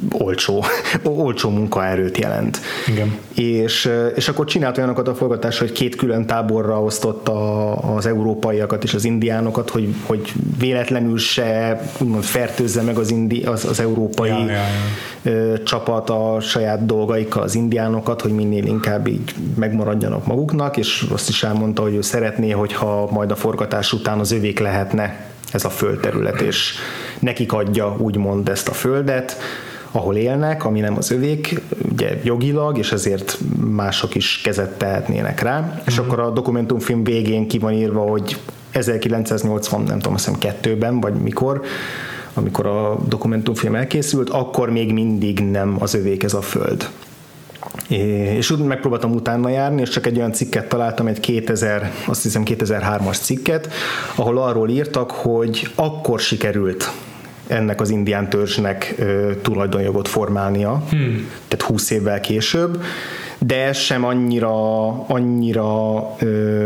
olcsó munkaerőt jelent. Igen. És akkor csinált olyanokat a forgatás, hogy két külön táborra osztotta az európaiakat és az indiánokat, hogy véletlenül se úgymond fertőzze meg az európai csapat a saját dolgaikkal az indiánokat, hogy minél inkább így megmaradjanak maguknak, és azt is elmondta, hogy ő szeretné, hogyha majd a forgatás után az övék lehetne ez a földterület, és nekik adja úgymond ezt a földet, ahol élnek, ami nem az övék, ugye jogilag, és ezért mások is kezet tehetnének rá. És akkor a dokumentumfilm végén ki van írva, hogy 1980, nem tudom, azt hiszem 2-ben, vagy mikor, amikor a dokumentumfilm elkészült, akkor még mindig nem az övék ez a föld. És úgy megpróbáltam utána járni, és csak egy olyan cikket találtam, egy 2003-as cikket, ahol arról írtak, hogy akkor sikerült ennek az indián törzsnek tulajdonjogot formálnia, tehát 20 évvel később, de ez sem annyira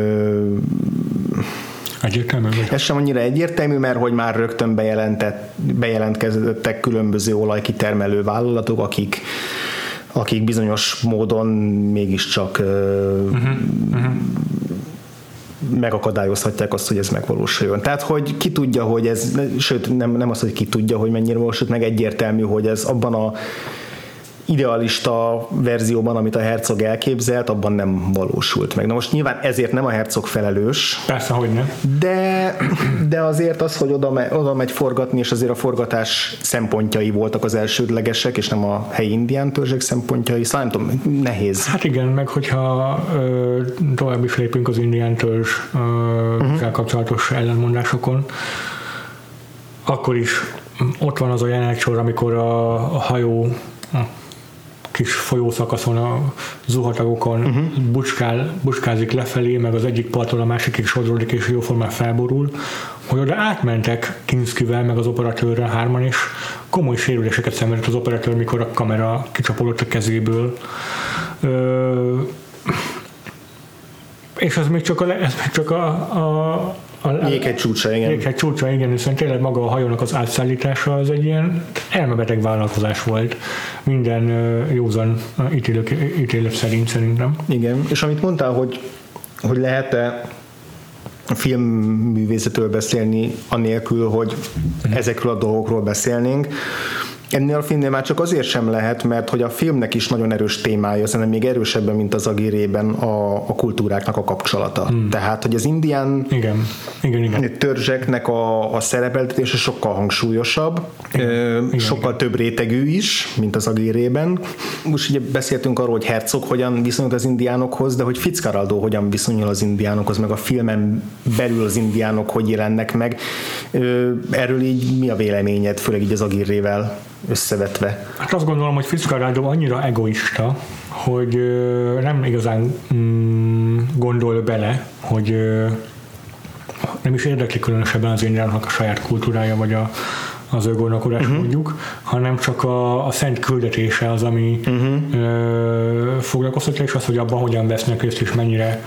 egyértelmű? Ez sem annyira egyértelmű, mert hogy már rögtön bejelentkeztek különböző olajkitermelő vállalatok, akik bizonyos módon mégiscsak megakadályozhatják azt, hogy ez megvalósuljon. Tehát, hogy ki tudja, hogy ez, sőt, nem az, hogy ki tudja, hogy mennyire valósult meg, egyértelmű, hogy ez abban a idealista verzióban, amit a Herzog elképzelt, abban nem valósult meg. Na most nyilván ezért nem a Herzog felelős. Persze, hogy nem. De azért az, hogy oda megy forgatni, és azért a forgatás szempontjai voltak az elsődlegesek, és nem a helyi indián törzsek szempontjai, szóval nem tudom, nehéz. Hát igen, meg hogyha tovább is lépünk az indián törzs kapcsolatos ellenmondásokon, akkor is ott van az a jelenet, amikor a hajó kis folyószakaszon, a zuhatagokon bucskázik lefelé, meg az egyik parttól a másikig sodródik, és jóformán felborul, hogy oda átmentek Kinskivel, meg az operatőrrel hárman, és komoly sérüléseket szenvedett az operatőr, mikor a kamera kicsapolott a kezéből. És ez még csak a Jéghegy csúcsa, igen. Jéghegy csúcsa, igen, hiszen tényleg maga a hajónak az átszállítása az egy ilyen elmebeteg vállalkozás volt. Minden józan ítélet szerint szerintem. Igen, és amit mondtál, hogy lehet-e a filmművészetről beszélni anélkül, hogy ezekről a dolgokról beszélnénk. Ennél a filmnél már csak azért sem lehet, mert hogy a filmnek is nagyon erős témája, szerintem még erősebben, mint az Aguirrében a kultúráknak a kapcsolata. Tehát, hogy az indián igen. törzseknek a szerepeltetése sokkal hangsúlyosabb, sokkal több rétegű is, mint az Aguirrében. Most ugye beszéltünk arról, hogy Herzog hogyan viszonyul az indiánokhoz, de hogy Fitzcarraldo hogyan viszonyul az indiánokhoz, meg a filmen belül az indiánok hogy jelennek meg. Erről így mi a véleményed, főleg így az Aguirrével összevetve? Hát azt gondolom, hogy Fitzcarraldo annyira egoista, hogy nem igazán gondol bele, hogy nem is érdekli különösebben az indiánoknak a saját kultúrája, vagy az ő gondolkodás mondjuk, hanem csak a szent küldetése az, ami foglalkoztatja, és az, hogy abban hogyan vesznek részt, és mennyire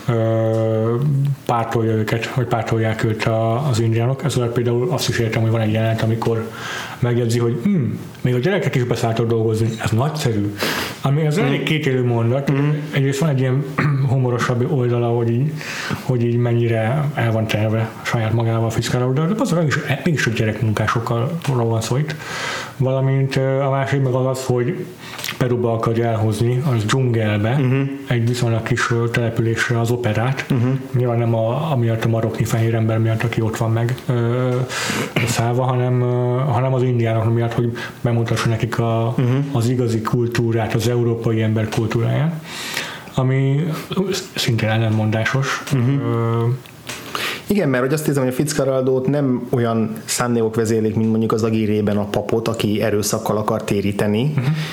pártolja őket, vagy pártolják őt az indiánok. Ezzel például azt is értem, hogy van egy jelenet, amikor megjegyzi, hogy még a gyerekek is beszálltak dolgozni, ez nagyszerű. Ami az elég kétélő mondat. Egyrészt van egy ilyen humorosabb oldala, hogy így mennyire el van terve saját magával Fitzcarraldo, de azok mégis a gyerekmunkásokról van szó itt. Valamint a másik meg az, hogy Peruba akarja elhozni, az dzsungelbe, egy viszonylag kis településre az operát. Nyilván nem amiatt a maroknyi fehér ember miatt, aki ott van meg szállva, hanem az indiánok miatt, hogy bemutassa nekik az igazi kultúrát, az európai ember kultúráját, ami szintén ellenmondásos. Igen, mert hogy azt hiszem, hogy a Fitzcarraldót nem olyan szándékok vezérlik, mint mondjuk az Aguirrében a papot, aki erőszakkal akar téríteni.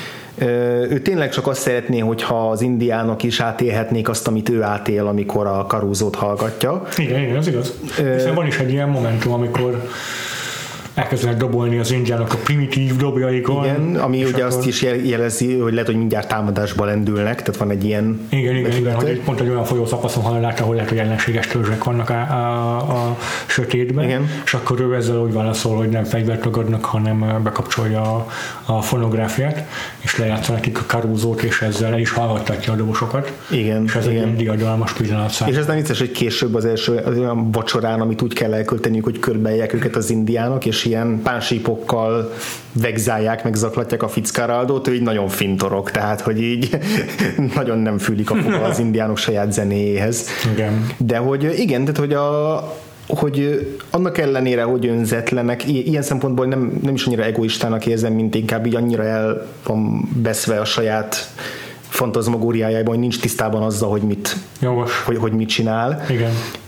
Ő tényleg csak azt szeretné, hogyha az indiánok is átélhetnék azt, amit ő átél, amikor a Caruzót hallgatja. Igen, az igaz. Hiszen van is egy ilyen momentum, amikor elkezdenek dobolni az indiánok a primitív dobjaikon. Igen, ami ugye azt is jelezi, hogy lehet, hogy mindjárt támadásba lendülnek, tehát van egy ilyen... Igen, hogy pont egy olyan folyószakaszon halál, ahol lehet, hogy ellenséges törzsek vannak a sötétben, igen. És akkor ő ezzel úgy válaszol, hogy nem fegyvert ragadnak, hanem bekapcsolja a fonográfiát, és lejátsza nekik a Caruzót, és ezzel el is hallgattatja a dobosokat. Igen. És ez egy ilyen diadalmas pillanat számít. És ez nem vicces, hogy később az olyan vacsorán, amit úgy kell elkölteniük, hogy körbeljek őket az indiánok, és ilyen pánsípokkal vegzálják, meg zaklatják a Fitzcarraldót, ő így nagyon fintorog, tehát hogy így nagyon nem fűlik a foga az indiánok saját zenéjéhez. Igen. De hogy igen, tehát hogy annak ellenére, hogy önzetlenek, ilyen szempontból nem is annyira egoistának érzem, mint inkább így annyira el van veszve a saját fantazmagóriájában, hogy nincs tisztában azzal, hogy mit csinál. Igen.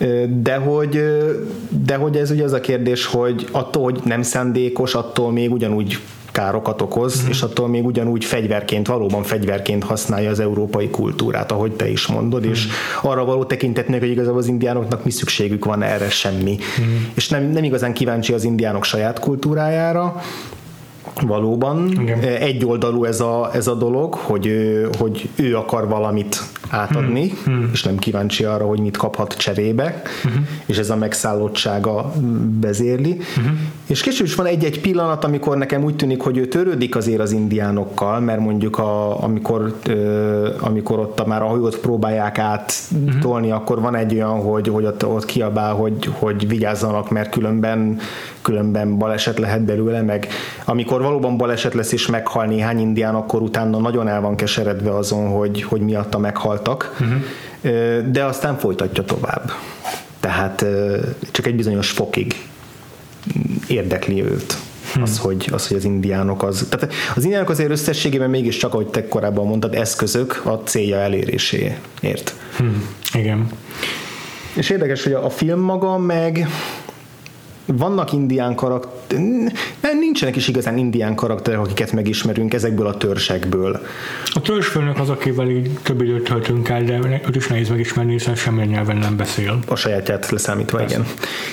De hogy ez ugye az a kérdés, hogy attól, hogy nem szándékos, attól még ugyanúgy károkat okoz, és attól még ugyanúgy valóban fegyverként használja az európai kultúrát, ahogy te is mondod, és arra való tekintetnek, hogy igazából az indiánoknak mi szükségük van, erre semmi. És nem igazán kíváncsi az indiánok saját kultúrájára, valóban. Igen. Egyoldalú ez a dolog, hogy ő akar valamit átadni, és nem kíváncsi arra, hogy mit kaphat cserébe, és ez a megszállottsága vezérli. És később is van egy-egy pillanat, amikor nekem úgy tűnik, hogy ő törődik azért az indiánokkal, mert mondjuk amikor ott már a hajót próbálják áttolni, akkor van egy olyan, hogy ott kiabál, hogy vigyázzanak, mert különben baleset lehet belőle, meg amikor valóban baleset lesz és meghal néhány indián, akkor utána nagyon el van keseredve azon, hogy miatta meghaltak, de aztán folytatja tovább. Tehát csak egy bizonyos fokig érdekli őt az, hogy az indiánok tehát az indiánok azért összességében mégiscsak, ahogy te korábban mondtad, eszközök a célja eléréséért. Igen. És érdekes, hogy a film maga meg vannak indián nincsenek is igazán indián karakterek, akiket megismerünk ezekből a törzsekből. A törzsfőnök az, akivel így több időt töltünk el, de őt is nehéz megismerni, hiszen semmilyen nyelven nem beszél. A sajátját leszámítva, igen.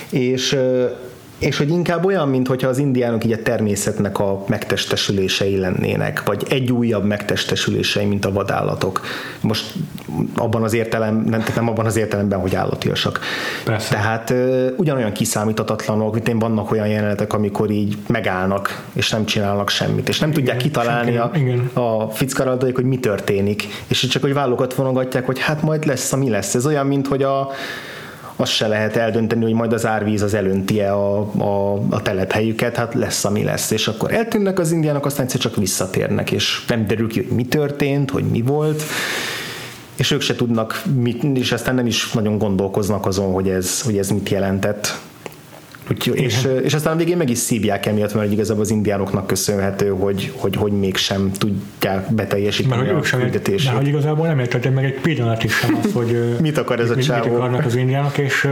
És hogy inkább olyan, mintha az indiánok így a természetnek a megtestesülései lennének, vagy egy újabb megtestesülései, mint a vadállatok. Most abban az értelemben, nem abban az értelemben, hogy állatiasak. Persze. Tehát ugyanolyan kiszámíthatatlanok, mint vannak olyan jelenetek, amikor így megállnak, és nem csinálnak semmit, és nem tudják kitalálni a Fitzcarraldoék, hogy mi történik. És csak hogy vállukat vonogatják, hogy hát majd lesz, ami lesz. Ez olyan, mint hogy azt se lehet eldönteni, hogy majd az árvíz az elönti-e a telephelyüket, hát lesz, ami lesz. És akkor eltűnnek az indiánok, aztán egyszer csak visszatérnek, és nem derül ki, hogy mi történt, hogy mi volt, és ők se tudnak, és aztán nem is nagyon gondolkoznak azon, hogy ez mit jelentett. És aztán a végén meg is szívják emiatt, mert igazából az indiánoknak köszönhető, hogy mégsem tudják beteljesíteni a küldetését. De hogy igazából nem értettem meg egy pillanat is sem az, hogy mit akar ez a csávó? Mit akarnak az indiánok, és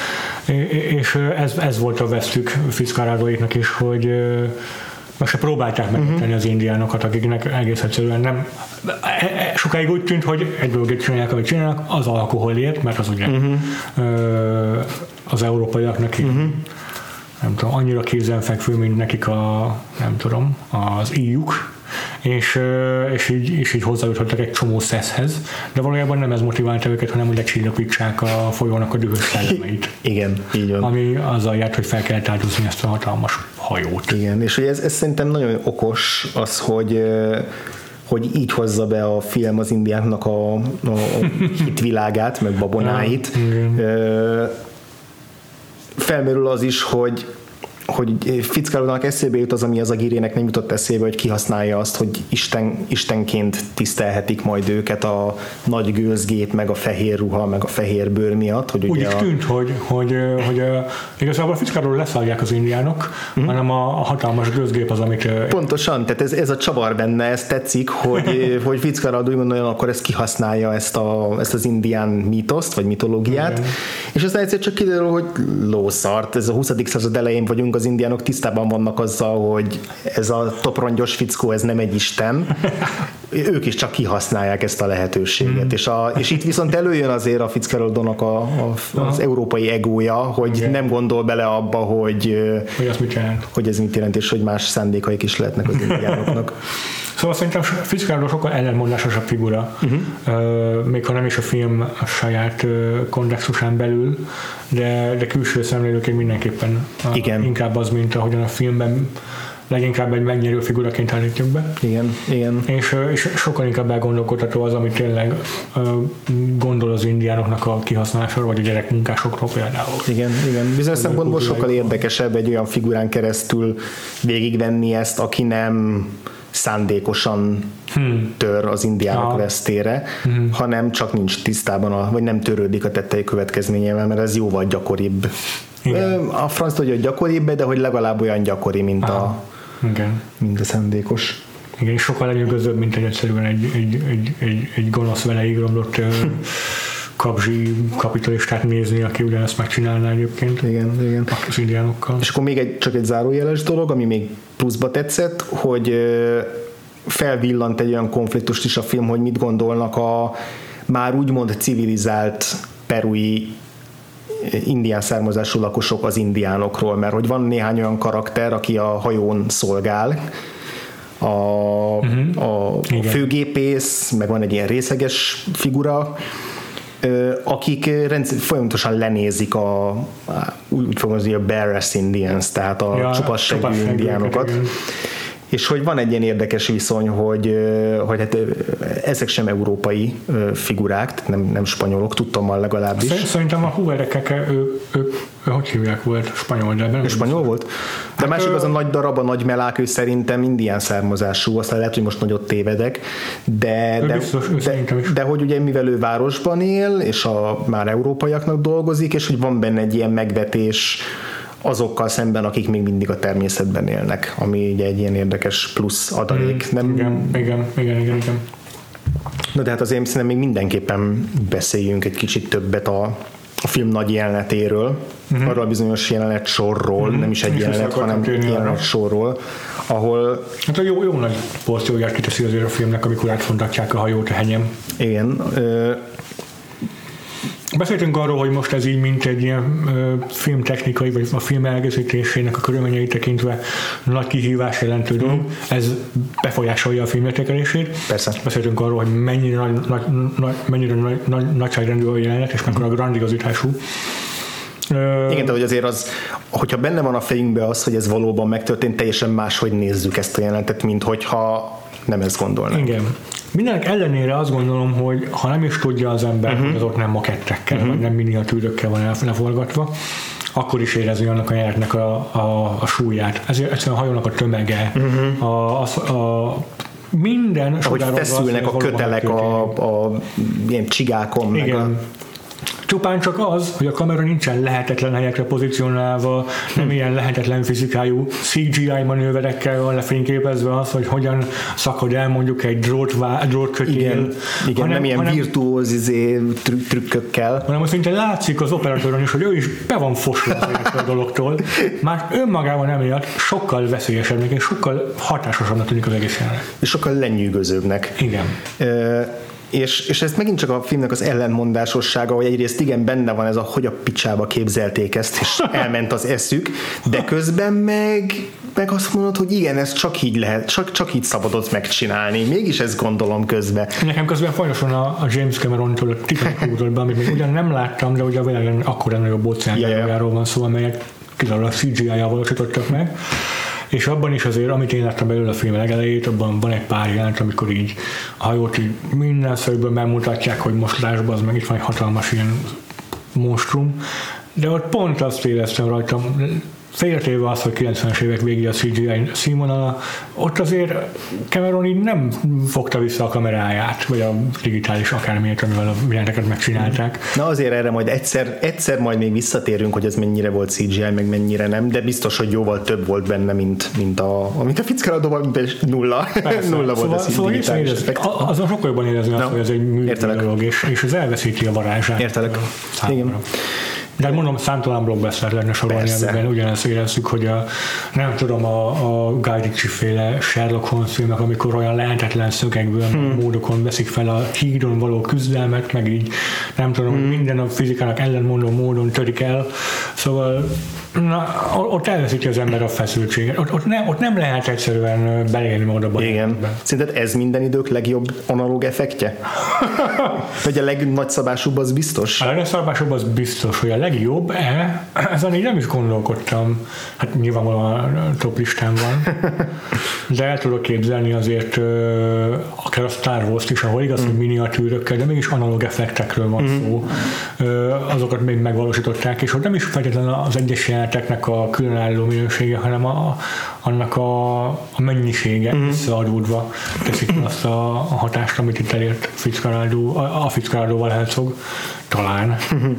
ez volt a vesztük Fitzcarraldoéknak is, hogy most se próbálták megtenni az indiánokat, akiknek egész egyszerűen nem. Sokáig úgy tűnt, hogy egy dolgot csinálják, amit csinálnak, az alkoholért, mert az ugye az európaiaknak nem tudom, annyira kézenfekvő, mint nekik az íjuk, és így hozzájutottak egy csomó szeszhez, de valójában nem ez motiválta őket, hanem hogy lecsillapítsák a folyónak a dühös szellemeit. Igen, így van. Ami azzal járt, hogy fel kellett áldozni ezt a hatalmas hajót. Igen, és hogy ez szerintem nagyon okos az, hogy így hozza be a film az indiáknak a hitvilágát, meg babonáit. Felmerül az is, hogy Fitzcarraldónak eszébe jut az, ami az Aguirrének nem jutott eszébe, hogy kihasználja azt, hogy istenként tisztelhetik majd őket a nagy gőzgép, meg a fehér ruha, meg a fehér bőr miatt. Hogy úgy tűnt, hogy igazából a Fitzcarraldót leszállják az indiánok, hanem a hatalmas gőzgép az, amit... Pontosan, tehát ez a csavar benne, ez tetszik, hogy Fitzcarraldó úgy gondolja, akkor ezt kihasználja ezt az indián mítoszt, vagy mitológiát, és aztán egyszer csak kiderül, hogy lószart, ez a 20. század elején vagyunk, az indiánok tisztában vannak azzal, hogy ez a toprongyos fickó, ez nem egy isten. Ők is csak kihasználják ezt a lehetőséget. És itt viszont előjön azért a Fitzcarraldónak az európai egója, hogy nem gondol bele abba, hogy ez mit jelent, és hogy más szándékaik is lehetnek az indiánoknak. Szóval szerintem Fitzcarraldó sokkal ellenmondásosabb figura, még ha nem is a film a saját kontextusán belül, de külső szemlélőként mindenképpen inkább az, mint ahogyan a filmben leginkább egy megnyerő figuraként állítjuk be. Igen. És sokkal inkább elgondolkodható az, amit tényleg gondol az indiánoknak a kihasználásról, vagy a gyerekmunkásokról például. Igen. Bizonyos szempontból sokkal érdekesebb egy olyan figurán keresztül végigvenni ezt, aki nem szándékosan tör az indiánok vesztére, hanem csak nincs tisztában, vagy nem törődik a tettei következményével, mert ez jóval gyakoribb. A franc tudja, hogy gyakoribb, de hogy legalább olyan gyakori, mint a szándékos. Igen, és sokkal lenyűgözőbb, mint egyszerűen egy gonosz veleig romlott kapzsi kapitalistát nézni, aki ugyanezt megcsinálná egyébként. Igen. Az indiánokkal. És akkor még csak egy zárójeles dolog, ami még pluszba tetszett, hogy felvillant egy olyan konfliktust is a film, hogy mit gondolnak a már úgymond civilizált perui indián származású lakosok az indiánokról, mert hogy van néhány olyan karakter, aki a hajón szolgál, a főgépész, meg van egy ilyen részeges figura, akik folyamatosan lenézik úgy fogalmazni, a bare-ass Indians, tehát a csupassegű indiánokat. És hogy van egy ilyen érdekes viszony, hogy hát ezek sem európai figurák, nem spanyolok, tudtommal legalábbis. Szerintem a Hooverekek, ők hogy hívják volt? Spanyol, de nem. Spanyol volt? De másik az a nagy darab, a nagy melák, ő szerintem indián származású, aztán lehet, hogy most nagyot tévedek, de hogy ugye mivel ő városban él, és már európaiaknak dolgozik, és hogy van benne egy ilyen megvetés azokkal szemben, akik még mindig a természetben élnek, ami ugye egy ilyen érdekes plusz adalék. Igen. Na de hát azért szerintem még mindenképpen beszéljünk egy kicsit többet a film nagy jelenetéről, arról a bizonyos jelenet sorról, nem is egy jelenet, hanem jelenet sorról, ahol... Hát a jó nagy porcióját kiteszi azért a filmnek, amikor átfontatják a hajót a henyem. Igen. Beszéltünk arról, hogy most ez így mint egy ilyen filmtechnikai, vagy a film elkészítésének a körülményeit tekintve nagy kihívás jelentő dolog. Ez befolyásolja a filmértékelését. Persze. Beszéltünk arról, hogy mennyire nagyságrendű a jelenet, és mekkora grandiozitású. Igen, de hogy azért az, hogyha benne van a fejünkben az, hogy ez valóban megtörtént, teljesen máshogy nézzük ezt a jelenetet, mint hogyha nem ezt gondolnánk. Igen. Mindenek ellenére azt gondolom, hogy ha nem is tudja az ember, hogy az ott nem makettekkel, vagy nem miniatűrökkel van leforgatva, akkor is érezi annak a jelenetnek a súlyát. Ezért egyszerűen a hajónak a tömege, minden... Ahogy feszülnek a kötelek a ilyen csigákon. Igen. Csupán csak az, hogy a kamera nincsen lehetetlen helyekre pozícionálva, nem ilyen lehetetlen fizikájú CGI manőverekkel van lefényképezve az, hogy hogyan szakad el mondjuk egy drótkötél. Igen, nem ilyen virtuóz trükkökkel. Hanem azt szinte látszik az operatőrön is, hogy ő is be van fosva a dologtól. Már önmagában emiatt sokkal veszélyesebbnek és sokkal hatásosabbnak tűnik az egész jelenet. És sokkal lenyűgözőbbnek. Igen. És ez megint csak a filmnek az ellentmondásossága, hogy egyrészt igen, benne van ez a, hogy a picsába képzelték ezt, és elment az eszük, de közben meg azt mondod, hogy igen, ez csak így lehet, csak így szabadott megcsinálni. Mégis ezt gondolom közben. Nekem közben folyamatosan a James Cameron-tól a Titanic ugrott be, amit még ugyan nem láttam, de ugye a világon akkora nagyobb óceánjáról van szó, amelyek kizárólag CGI-jal valósítottak meg. És abban is azért, amit én láttam belőle a film legelejét, abban van egy pár jelent, amikor így a hajót így minden szögből bemutatják, hogy most lásd, az meg itt van egy hatalmas ilyen monstrum, de ott pont azt éreztem rajtam, félretéve az, hogy 90-es évek végig a CGI színvonala, ott azért Cameron így nem fogta vissza a kameráját, vagy a digitális akármilyet, amivel a jelenteket megcsinálták. Na azért erre majd egyszer majd még visszatérünk, hogy ez mennyire volt CGI, meg mennyire nem, de biztos, hogy jóval több volt benne, mint a Fitzcarraldóban, nulla. Nulla volt ez digitális effekt. Azon sokkal jobban érezni azt, hogy ez egy működő dolog, és ez elveszíti a varázsát. Értelek. Igen. De mondom, számtalan blockbuster lenne sorolni, amiben ugyanezt érezzük, hogy nem tudom, a Guy Ritchie-féle Sherlock Holmes filmek, amikor olyan lehetetlen szögekből, módokon veszik fel a hídon való küzdelmet, meg így nem tudom, minden a fizikának ellenmondó módon törik el, szóval ott elveszíti az ember a feszültséget. Ott nem lehet egyszerűen belélni oda. Igen. Szerinted ez minden idők legjobb analóg effektje? Vagy a legnagyszabásúbb az biztos? A legnagyszabásúbb az biztos, hogy a legjobb, ezen így nem is gondolkodtam. Hát nyilvánvalóan a top listán van. De el tudok képzelni azért akár a Star Wars-t is, ahol igaz, hogy miniatűrökkel, de mégis analóg effektekről van szó. Azokat még megvalósították, és ott nem is feltétlenül az egyes jeleneteknek a különálló minősége, hanem annak a mennyisége összeadódva teszik azt a hatást, amit itt elért a Fitzcarraldóval Herzog. Talán.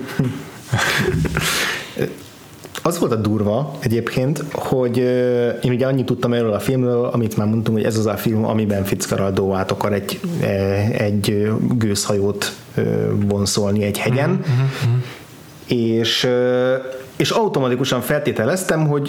Az volt a durva egyébként, hogy én ugye annyit tudtam erről a filmről, amit már mondtam, hogy ez az a film, amiben Fitzcarraldó át akar egy gőzhajót vonszolni egy hegyen, és automatikusan feltételeztem, hogy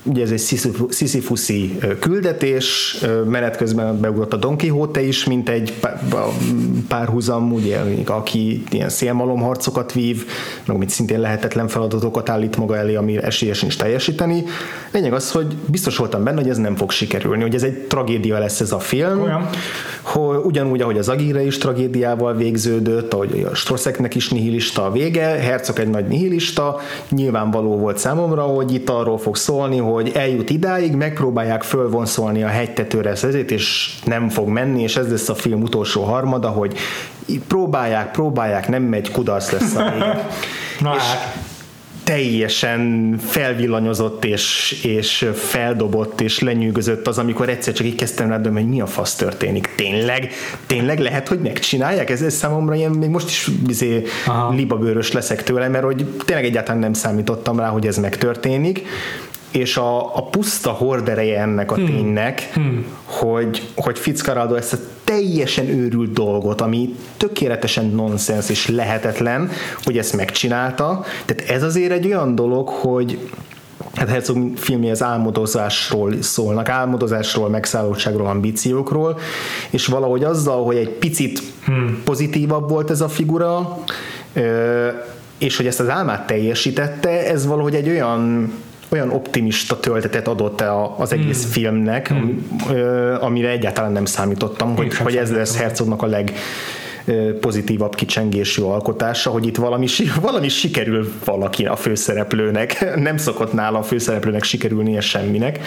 ugye ez egy sziszifuszi küldetés, menet közben beugrott a Don Quixote is, mint egy párhuzam, ugye, aki ilyen szélmalomharcokat vív, meg amit szintén lehetetlen feladatokat állít maga elé, ami esélyes nincs teljesíteni. Lényeg az, hogy biztos voltam benne, hogy ez nem fog sikerülni, hogy ez egy tragédia lesz ez a film, hogy ugyanúgy, ahogy az Aguirre is tragédiával végződött, ahogy a Strosseknek is nihilista a vége, Herzog egy nagy nihilista, nyilvánvaló volt számomra, hogy itt arról fog szólni, hogy eljut idáig, megpróbálják fölvonszolni a hegytetőre ezért, és nem fog menni, és ez lesz a film utolsó harmada, hogy próbálják, nem megy, kudarc lesz a vége. És teljesen felvillanyozott és feldobott és lenyűgözött az, amikor egyszer csak így kezdtem rá, hogy mi a fasz történik. Tényleg lehet, hogy megcsinálják? Ez számomra ilyen, még most is libabőrös leszek tőle, mert hogy tényleg egyáltalán nem számítottam rá, hogy ez megtörténik. És a puszta hordereje ennek a ténynek, hogy Fitzcarraldo ezt a teljesen őrült dolgot, ami tökéletesen nonsens és lehetetlen, hogy ezt megcsinálta. Tehát ez azért egy olyan dolog, hogy hát Herzog filmje az álmodozásról szólnak, álmodozásról, megszállottságról, ambíciókról, és valahogy azzal, hogy egy picit pozitívabb volt ez a figura, és hogy ezt az álmát teljesítette, ez valahogy egy olyan optimista töltetet adott az egész filmnek, amire egyáltalán nem számítottam, hogy ez lesz Herzognak a legpozitívabb kicsengésű alkotása, hogy itt valami sikerül valaki a főszereplőnek. Nem szokott nála a főszereplőnek sikerülnie semminek.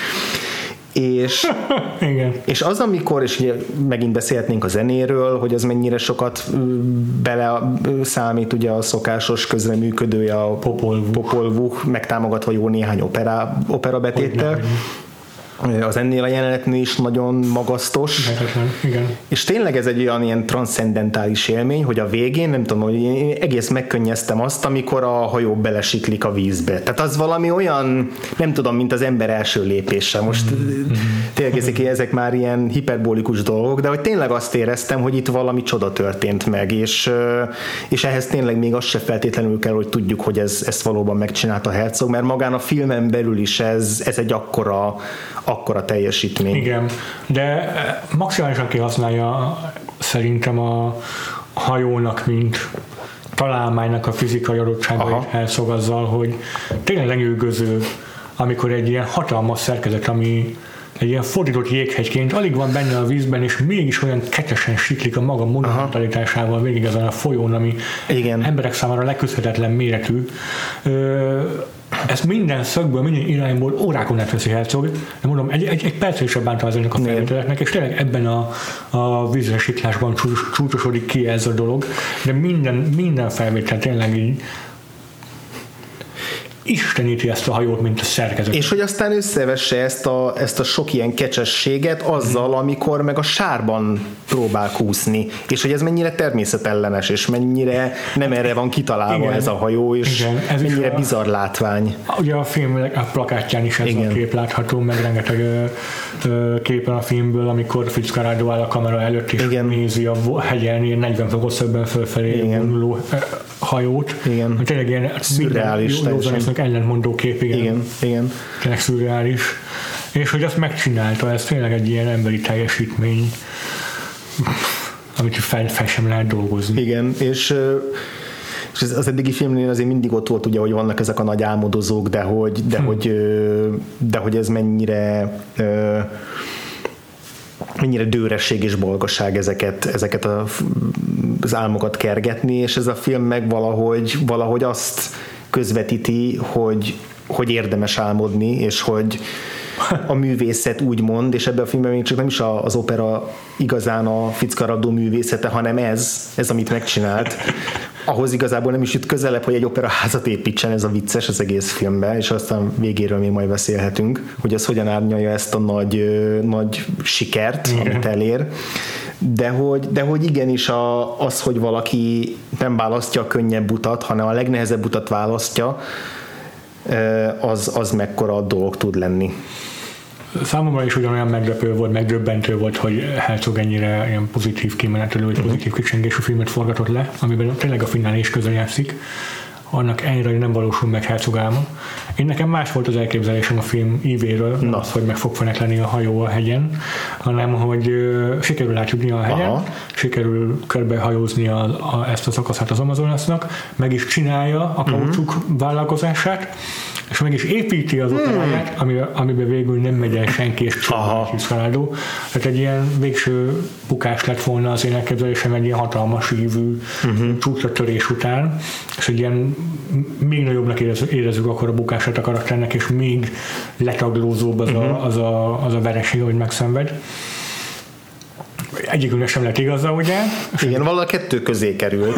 És az, amikor, és megint beszélhetnénk a zenéről, hogy az mennyire sokat bele számít ugye a szokásos közreműködője a Popol Vuh, megtámogatva jó néhány opera betéttel. Az ennél a jelenetnél is nagyon magasztos. Igen. És tényleg ez egy olyan ilyen transzcendentális élmény, hogy a végén, nem tudom, hogy én egész megkönnyeztem azt, amikor a hajó belesiklik a vízbe. Tehát az valami olyan, nem tudom, mint az ember első lépése. Most tényleg ezek már ilyen hiperbolikus dolgok, de hogy tényleg azt éreztem, hogy itt valami csoda történt meg, és ehhez tényleg még az se feltétlenül kell, hogy tudjuk, hogy ezt valóban megcsinálta Herzog, mert magán a filmen belül is ez egy akkora teljesítmény. Igen, de maximálisan kihasználja szerintem a hajónak, mint találmánynak a fizikai adottságait Herzog azzal, hogy tényleg lenyűgöző, amikor egy ilyen hatalmas szerkezet, ami egy ilyen fordított jéghegyként alig van benne a vízben, és mégis olyan kecsesen siklik a maga monumentalitásával végig ezen a folyón, ami emberek számára leküzdhetetlen méretű. Ezt minden szögből, minden irányból órákon átveszi Herzog, de mondom, egy percre is bánta ezeknek a felvételeknek, és tényleg ebben a vízre siklásban csúcsosodik ki ez a dolog, de minden felvétel tényleg így isteníti ezt a hajót, mint a szerkezet. És hogy aztán összevesse ezt a sok ilyen kecsességet azzal, amikor meg a sárban próbál kúszni, és hogy ez mennyire természetellenes, és mennyire nem erre van kitalálva ez a hajó, és ez mennyire bizarr látvány. Ugye a film a plakátján is ez a kép látható, meg rengeteg képen a filmből, amikor Fitzcarraldo áll a kamera előtt, és nézi a hegyen ilyen 40 fokos szögben fölfelé vonuló hajót. Igen. Tényleg ilyen szürreális. Ellentmondó kép, igen. Tényleg szürreális. És hogy azt megcsinálta, ez tényleg egy ilyen emberi teljesítmény, amit fel sem lehet dolgozni. Igen, és az eddigi filmnél azért mindig ott volt, ugye, hogy vannak ezek a nagy álmodozók, de hogy ez mennyire dőresség és bolgaság ezeket az álmokat kergetni, és ez a film meg valahogy azt közvetíti, hogy érdemes álmodni, és hogy a művészet úgymond, és ebben a filmben még csak nem is az opera igazán a Fitzcarraldo művészete, hanem ez, amit megcsinált. Ahhoz igazából nem is jut közelebb, hogy egy operaházat építsen, ez a vicces az egész filmben, és aztán végéről még majd beszélhetünk, hogy az hogyan árnyalja ezt a nagy sikert, amit elér. De hogy igenis az, hogy valaki nem választja a könnyebb utat, hanem a legnehezebb utat választja, az mekkora dolog tud lenni. Számomra is ugyanolyan meglepő volt, megdöbbentő volt, hogy Herzog ennyire ilyen pozitív kimenetelő, vagy pozitív kicsengésű filmet forgatott le, amiben tényleg a finálé is közel játszik, annak ennyire nem valósul meg Herzog álma. Én nekem más volt az elképzelésem a film ívéről, nem az, hogy meg fog feneklenni a hajó a hegyen, hanem hogy sikerül átjutni a hegyen, aha, sikerül körbehajózni ezt a szakaszát az Amazonasnak, meg is csinálja a kaucsuk vállalkozását, és meg is építi az operáját, amiben végül nem megy el senki, és csinálja Fitzcarraldo. Tehát egy ilyen végső bukás lett volna az én elképzelésem egy ilyen hatalmas ívű csúcsra törés után, és egy ilyen még nagyobbnak érezzük akkor a bukását a karakternek, és még letaglózóbb az a vereség, hogy megszenved. Egyikünknek sem lett igaza, ugye? Igen, valahol a kettő közé kerül.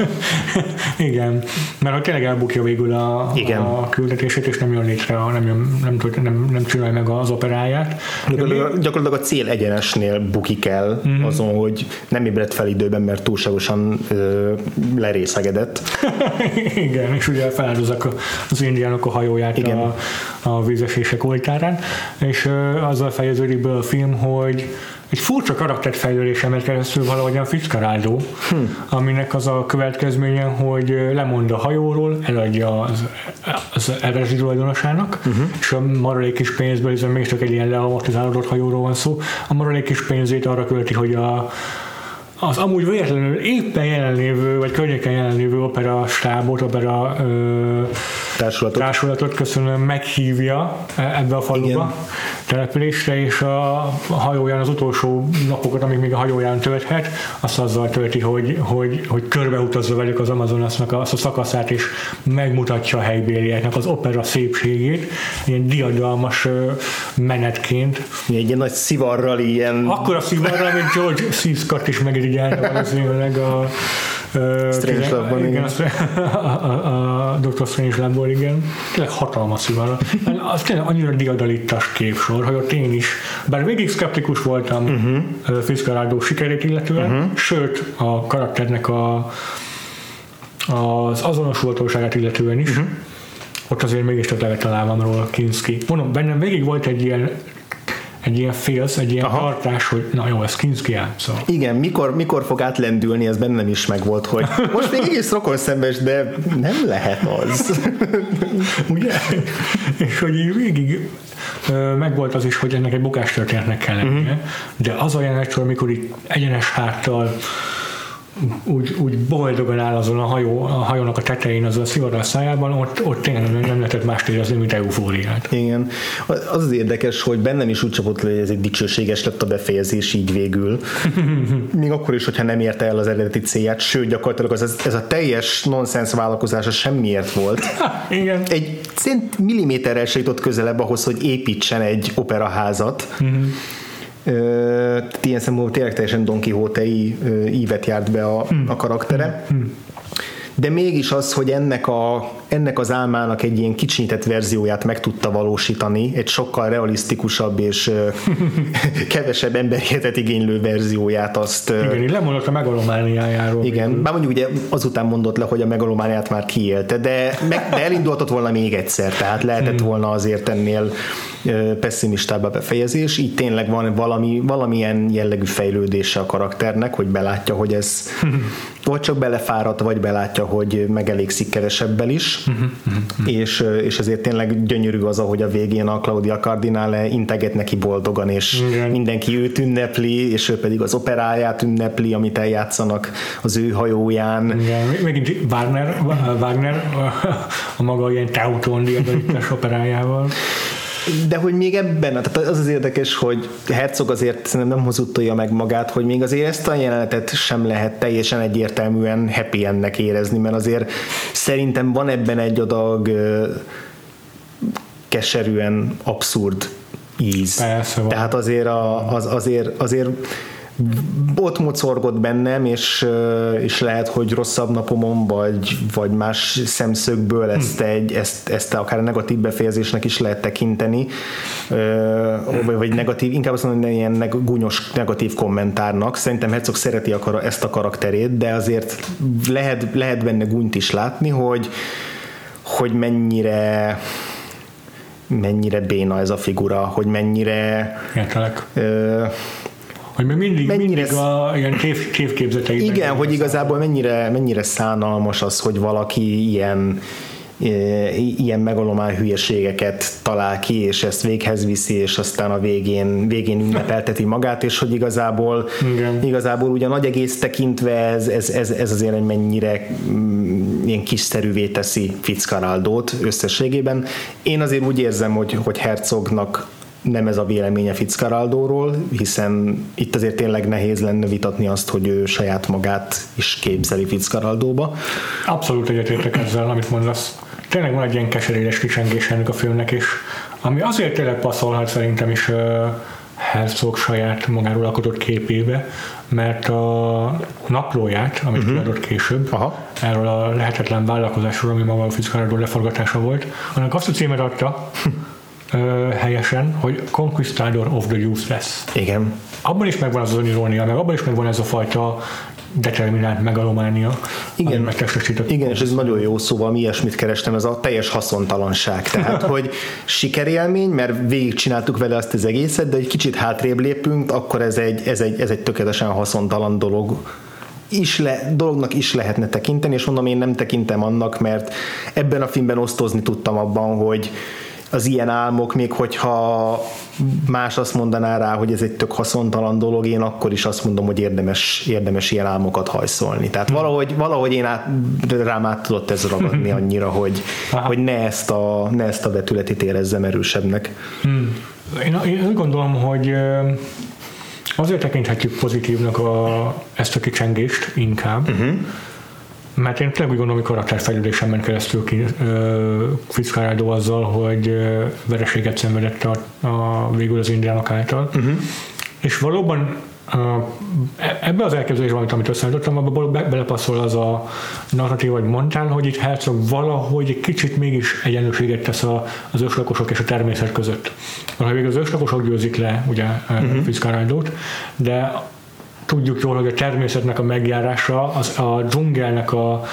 Igen, mert ha tényleg elbukja végül a küldetését, és nem jön létre, nem csinálja meg az operáját. Gyakorlatilag a cél egyenesnél bukik el azon, hogy nem ébredt fel időben, mert túlságosan lerészegedett. Igen, és ugye feláldozzák az indiánok a hajóját a vízesések oltárán, és azzal fejeződik be a film, hogy egy furcsa karakterfejlődésen megy keresztül valahogyan Fitzcarraldo, aminek az a következménye, hogy lemond a hajóról, eladja az eredeti tulajdonosának, és a maradék kis pénzből, hiszen még csak egy ilyen leamortizálódott hajóról van szó, a maradék kis pénzét arra költi, hogy az amúgy véletlenül éppen jelenlévő, vagy környéken jelenlévő opera stábot, opera társulatot köszönöm, meghívja ebbe a faluba településre, és a hajóján az utolsó napokat, amíg még a hajóján tölthet, azt azzal tölti, hogy körbeutazza velük az Amazonasnak azt a szakaszát, és megmutatja a helybélieknek az opera szépségét, ilyen diadalmas menetként. Egy ilyen nagy szivarral ilyen... Akkor a szivarral, mint George C. Scott is megirigyelne valószínűleg a Strangelove-ban, igen. A Dr. Strangelove-ból, igen. Tényleg hatalmas szivarral. Az tényleg annyira diadalittas képsor, hogy ott én is, bár végig szkeptikus voltam Fitzcarraldo sikerét illetően, sőt a karakternek az azonosulhatóságát illetően is, ott azért mégis csak levett a lábamról Kinski. Mondom, bennem végig volt egy ilyen félsz, egy ilyen tartás, hogy na jó, ez Kinski játszol. Igen, mikor fog átlendülni, ez bennem is megvolt, hogy most még egész rokonszembes, de nem lehet az. Ugye? És hogy így végig megvolt az is, hogy ennek egy bukástörténetnek kell lennie, de az a jelenetsor, amikor itt egyenes háttal úgy boldogan áll azon a hajónak a tetején, az a szivarral szájában, ott tényleg nem lehetett mást érezni, mint eufóriát. Igen. Az érdekes, hogy bennem is úgy csapott, hogy ez egy dicsőséges lett a befejezés így végül. Még akkor is, hogyha nem érte el az eredeti célját, sőt, gyakorlatilag ez a teljes nonsens vállalkozása semmiért volt. Igen. Egy milliméterrel se jutott közelebb ahhoz, hogy építsen egy operaházat. Ilyen szempontból tényleg teljesen Don Quixote-i ívet járt be a karaktere. De mégis az, hogy ennek az álmának egy ilyen kicsinyített verzióját meg tudta valósítani, egy sokkal realisztikusabb és kevesebb emberhétet igénylő verzióját, azt... Igen, így lemondott a megalomániájáról. Igen, bár mondjuk ugye azután mondott le, hogy a megalomániát már kiélte, de elindultott volna még egyszer, tehát lehetett volna azért ennél pessimistább a befejezés, így tényleg van valamilyen jellegű fejlődése a karakternek, hogy belátja, hogy ez vagy csak belefáradt, vagy belátja, hogy megelégszik kevesebbel is, és ezért tényleg gyönyörű az, ahogy a végén a Claudia Cardinale integet neki boldogan, és mindenki őt ünnepli, és ő pedig az operáját ünnepli, amit eljátszanak az ő hajóján. Igen, megint Wagner a maga ilyen Teuton diadalitás operájával. De hogy még ebben, tehát az érdekes, hogy Herzog azért szerintem nem hozutolja meg magát, hogy még azért ezt a jelenetet sem lehet teljesen egyértelműen happy endnek érezni, mert azért szerintem van ebben egy adag keserűen abszurd íz. Persze, tehát azért ott mocorgott bennem, és lehet, hogy rosszabb napomon, vagy más szemszögből ezt akár negatív befejezésnek is lehet tekinteni, vagy negatív, inkább azt mondom, hogy ilyen gúnyos negatív kommentárnak. Szerintem Herzog szereti ezt a karakterét, de azért lehet benne gúnyt is látni, hogy mennyire béna ez a figura, hogy mennyire Hogy mindig ilyen tévképzeteiben. Igen, hogy igazából mennyire szánalmas az, hogy valaki ilyen megalomány hülyeségeket talál ki, és ezt véghez viszi, és aztán a végén ünnepelteti magát, és hogy igazából ugye a nagy egész tekintve ez azért egy mennyire ilyen kiszerűvé teszi Fitzcarraldót összességében. Én azért úgy érzem, hogy Herzognak nem ez a véleménye Fitzcarraldóról, hiszen itt azért tényleg nehéz lenne vitatni azt, hogy ő saját magát is képzeli Fitzcarraldóba. Abszolút egyetértek ezzel, amit mondasz. Tényleg van egy ilyen keserédes kicsengés ennek a filmnek is, ami azért tényleg passzolhat szerintem is Herzog saját magáról alkotott képébe, mert a naplóját, amit kiadott később, erről a lehetetlen vállalkozásról, ami maga a Fitzcarraldó leforgatása volt, annak azt a címet adta helyesen, hogy Conquistador of the Useless. Igen. Abban is megvan az önirónia, meg abban is megvan ez a fajta determinált megalománia. Igen, és ez nagyon jó, szóval mi ilyesmit kerestem, ez a teljes haszontalanság. Tehát, hogy sikerélmény, mert végigcsináltuk vele azt az egészet, de egy kicsit hátrébb lépünk, akkor ez egy tökéletesen haszontalan dolognak is lehetne tekinteni, és mondom, én nem tekintem annak, mert ebben a filmben osztozni tudtam abban, hogy az ilyen álmok, még hogyha más azt mondaná rá, hogy ez egy tök haszontalan dolog, én akkor is azt mondom, hogy érdemes ilyen álmokat hajszolni. Tehát valahogy én rám át tudott ez ragadni annyira, hogy ne ezt a vetületét érezzem erősebbnek. Én úgy gondolom, hogy azért tekinthetjük pozitívnak ezt a kicsengést inkább, mert én tényleg úgy gondolom, hogy karakterfejlődésen ment keresztül Fitzcarraldó azzal, hogy vereséget szenvedett végül az indiánok által. És valóban ebbe az elképzelésben, amit összeállítottam, abban belepasszol az a narratív, vagy mondtál, hogy itt Herzog valahogy egy kicsit mégis egyenlőséget tesz az őslakosok és a természet között. Mert végül az őslakosok győzik le ugye Fitzcarraldót, de tudjuk jól, hogy a természetnek a megjárása, a dzsungelnek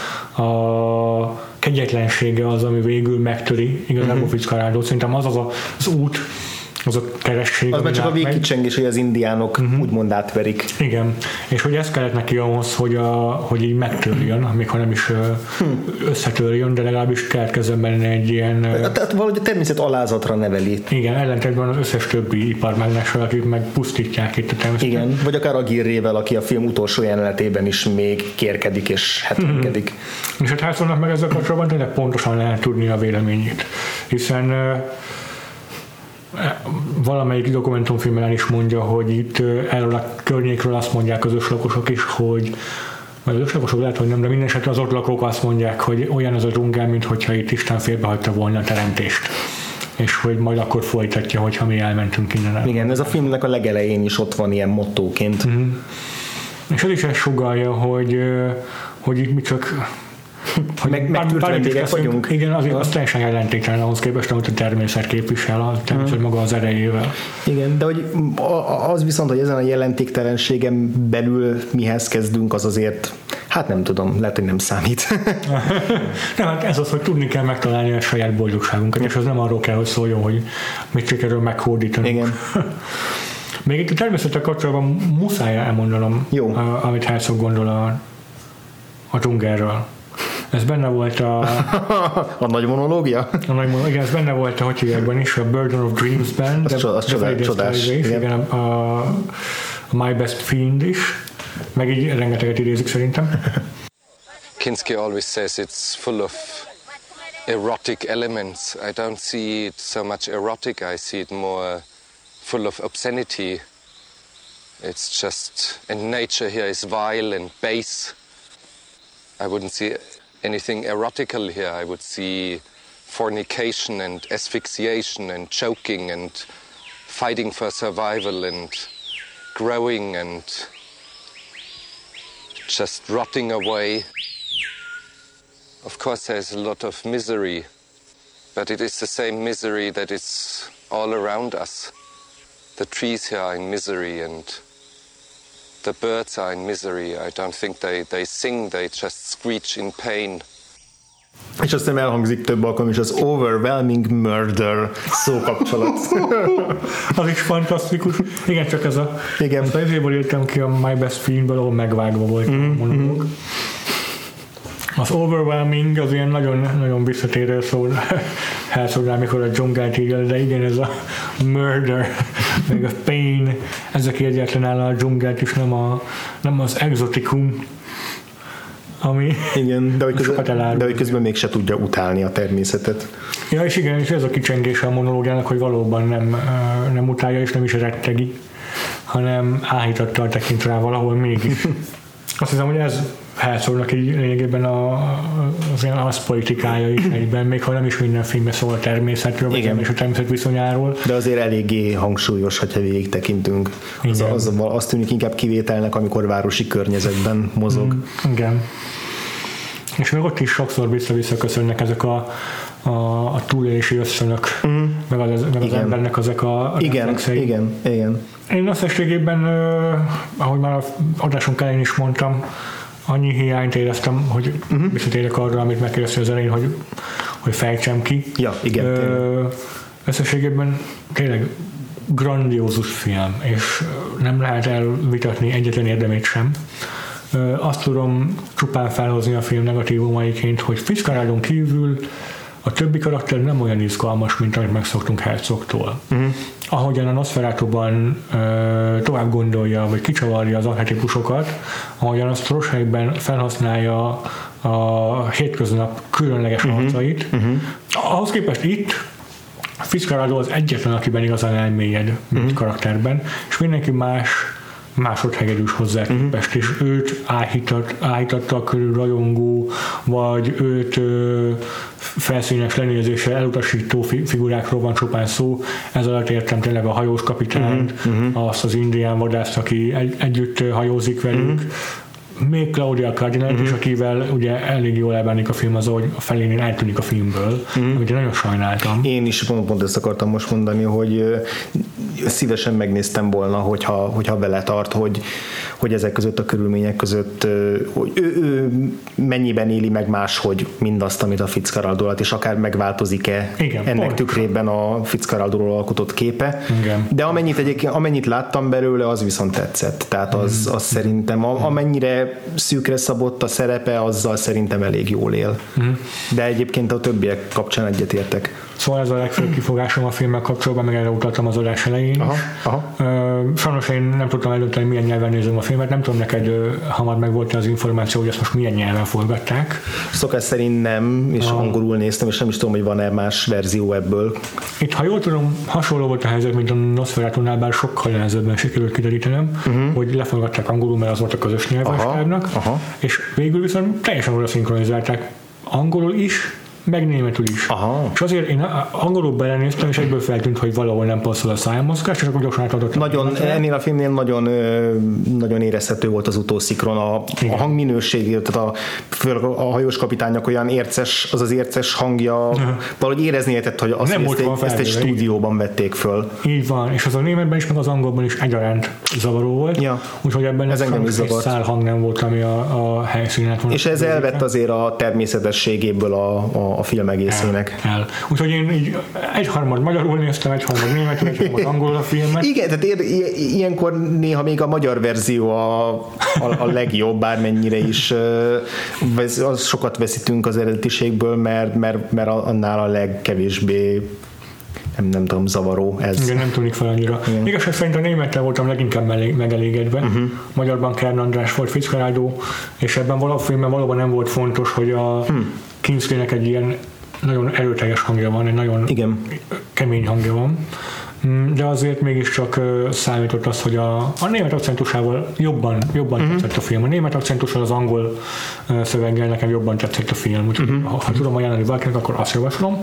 a kegyetlensége az, ami végül megtöri igazából Fitzcarraldót. Szerintem az az út, az a keresség. Az már csak a végkicsengés, hogy az indiánok úgymond átverik. Igen, és hogy ez kellett neki ahhoz, hogy így megtörjön, még ha nem is összetörjön, de legalábbis keletkezzen benne egy ilyen... Tehát valahogy a természet alázatra neveli. Igen, ellentétben az összes többi iparmágnással, akik megpusztítják itt a természetet. Igen, vagy akár a Gilrével, aki a film utolsó jelenetében is még kérkedik és hetvenkedik. És hát Herzognak meg ezzel kapcsolatban tényleg pontosan lehet tudni a véleményét, hiszen valamelyik dokumentumfilmben is mondja, hogy itt erről a környékről azt mondják az őslakosok is, hogy vagy az őslakosok lehet, hogy nem, de minden esetre az ott lakók azt mondják, hogy olyan az a dzsungel, mintha itt Isten félbehagyta volna a teremtést. És hogy majd akkor folytatja, hogyha mi elmentünk innen. Igen, ez a filmnek a legelején is ott van ilyen mottóként. És ez is ezt sugallja, hogy itt mi csak... Megtűrt vendégek vagyunk. Igen, az teljesen ellentétlen ahhoz képest, amit a természet képvisel, a természet maga az erejével. Igen, de hogy az viszont, hogy ezen a jelentéktelenségen belül mihez kezdünk, az azért, hát nem tudom, lehet, hogy nem számít. Nem, hát ez az, hogy tudni kell megtalálni a saját boldogságunkat, és az nem arról kell, hogy szóljon, hogy mit sikerül meghódítani. Igen. Még itt a természettel kapcsolatban muszáj elmondanom, amit Herzog gondol a dzsungelről. Ez benne volt a nagy monológia? Igen, ez benne volt a Hotyhelyekben is, a Burden of Dreams-ben. Az csodás. Igen, a My Best Fiend is. Meg így rengeteget idézik szerintem. Kinski always says it's full of erotic elements. I don't see it so much erotic, I see it more full of obscenity. It's just, and nature here is vile and base. I wouldn't see anything erotical here. I would see fornication and asphyxiation and choking and fighting for survival and growing and just rotting away. Of course there's a lot of misery, but it is the same misery that is all around us. The trees here are in misery and the birds are in misery. I don't think they sing, they just screech in pain. És aztán elhangzik több alkalom is az overwhelming murder szókapcsolat. Az is fantasztikus. Igen, csak ez a... Igen. Ezt az izéből írtam ki a My Best Filmből, ahol megvágva volt a monológ. Az overwhelming az ilyen nagyon, nagyon visszatérő szó Herzognál, mikor a dzsungelt írja, de igen, ez a murder, meg a pain, ezek egyetlen áll a dzsungelt is, nem az exotikum, ami igen, de hogy közben mégse tudja utálni a természetet. Ja, és igen, és ez a kicsengése a monológiának, hogy valóban nem utálja, és nem is rettegi, hanem áhítattal tekint rá valahol mégis. Azt hiszem, hogy ez Herzognak így lényegében az ilyen politikája is egyben, még ha nem is minden filmben szól a természetről, vagy és a természet viszonyáról. De azért eléggé hangsúlyos, hogyha végig tekintünk. Az tűnik inkább kivételnek, amikor városi környezetben mozog. Igen. És még ott is sokszor vissza-vissza köszönnek ezek a túlélési ösztönök, meg az embernek ezek a reflexei. Igen. Én összességében, ahogy már az adásunk elején is mondtam, annyi hiányt éreztem, hogy visszatérek arra, amit megkérdeztél az elején, hogy fejtsem ki. Ja, igen. Összességében tényleg grandiózus film, és nem lehet elvitatni egyetlen érdemét sem. Azt tudom csupán felhozni a film negatívumaiként, hogy Fitzcarraldon kívül a többi karakter nem olyan izgalmas, mint amit megszoktunk Herzogtól. Ahogyan a Nosferatuban tovább gondolja, vagy kicsavarja az archetipusokat, ahogyan a Strosheimben felhasználja a hétköznap különleges arcait. Ahhoz képest itt Fitzcarraldo az egyetlen, akiben igazán elmélyed, mint karakterben, és mindenki másodhegedűs hozzá képest, és őt áhítattal körül rajongó, vagy őt felszínes lenézéssel elutasító figurákról van csupán szó. Ez alatt értem tényleg a hajós kapitányt, azt az indián vadászt, aki együtt hajózik velük, még Claudia Cardinalt is, akivel ugye elég jól elbánik a film, az, hogy a felénél eltűnik a filmből, amit nagyon sajnáltam. Én is pont ezt akartam most mondani, hogy szívesen megnéztem volna, hogyha vele tart, hogy ezek között a körülmények között hogy ő mennyiben éli meg máshogy mindazt, amit a Fitzcarraldo alatt, és akár megváltozik-e ennek tükrében a Fitzcarraldóról alkotott képe. Igen. De amennyit láttam belőle, az viszont tetszett. Tehát az szerintem, amennyire szűkre szabott a szerepe, azzal szerintem elég jól él. De egyébként a többiek kapcsán egyetértek. Szóval ez a legfőbb kifogásom a filmmel kapcsolatban, meg erre utaltam az adás elején. Sajnos én nem tudtam eldönteni, milyen nyelven nézem a filmet, nem tudom neked hamar megvolt az információ, hogy ezt most milyen nyelven forgatták. Szokás szerint nem, és angolul néztem, és nem is tudom, hogy van-e más verzió ebből. Itt, ha jól tudom, hasonló volt a helyzet, mint a Nosferatunál, bár sokkal nehezebben sikerült kiderítenem, hogy leforgatták angolul, mert az volt a közös nyelv a stábnak, és végül viszont teljesen újra szinkronizálták angolul is, meg németül is. És azért én angolul belenéztem, és egyből feltűnt, hogy valahol nem passzol a szájmozgás, és akkor gyorsan átadott. Ennél a filmnél nagyon érezhető volt az utószikron, a hangminőség, tehát a hajós kapitánynak olyan érces, az érces hangja, valahogy érezni lehetett, hogy ezt egy stúdióban vették föl. Így van, és az a németben is, meg az angolban is egyaránt zavaró volt, úgyhogy ebben ez egy szálhang nem volt, ami a helyszínen. És ez elvett azért a természetességéből a film egészének. Úgyhogy én így egyharmad magyarul néztem, egyharmad németül, egyharmad angolul a filmet. Igen, tehát ilyenkor néha még a magyar verzió a legjobb, bármennyire is sokat veszítünk az eredetiségből, mert annál a legkevésbé nem tudom, zavaró ez. Igen, nem tűnik fel annyira. Igazság szerint a némettel voltam leginkább megelégedve. Magyarban Kern András volt Fitzcarraldo, és ebben a filmben valóban nem volt fontos, hogy a Kinsleynek egy ilyen nagyon erőteljes hangja van, egy nagyon kemény hangja van, de azért mégiscsak számított az, hogy a német akcentusával jobban tetszett a film. A német akcentussal az angol szöveggel nekem jobban tetszett a film, úgyhogy ha tudom ajánlani valakinek, akkor azt javaslom.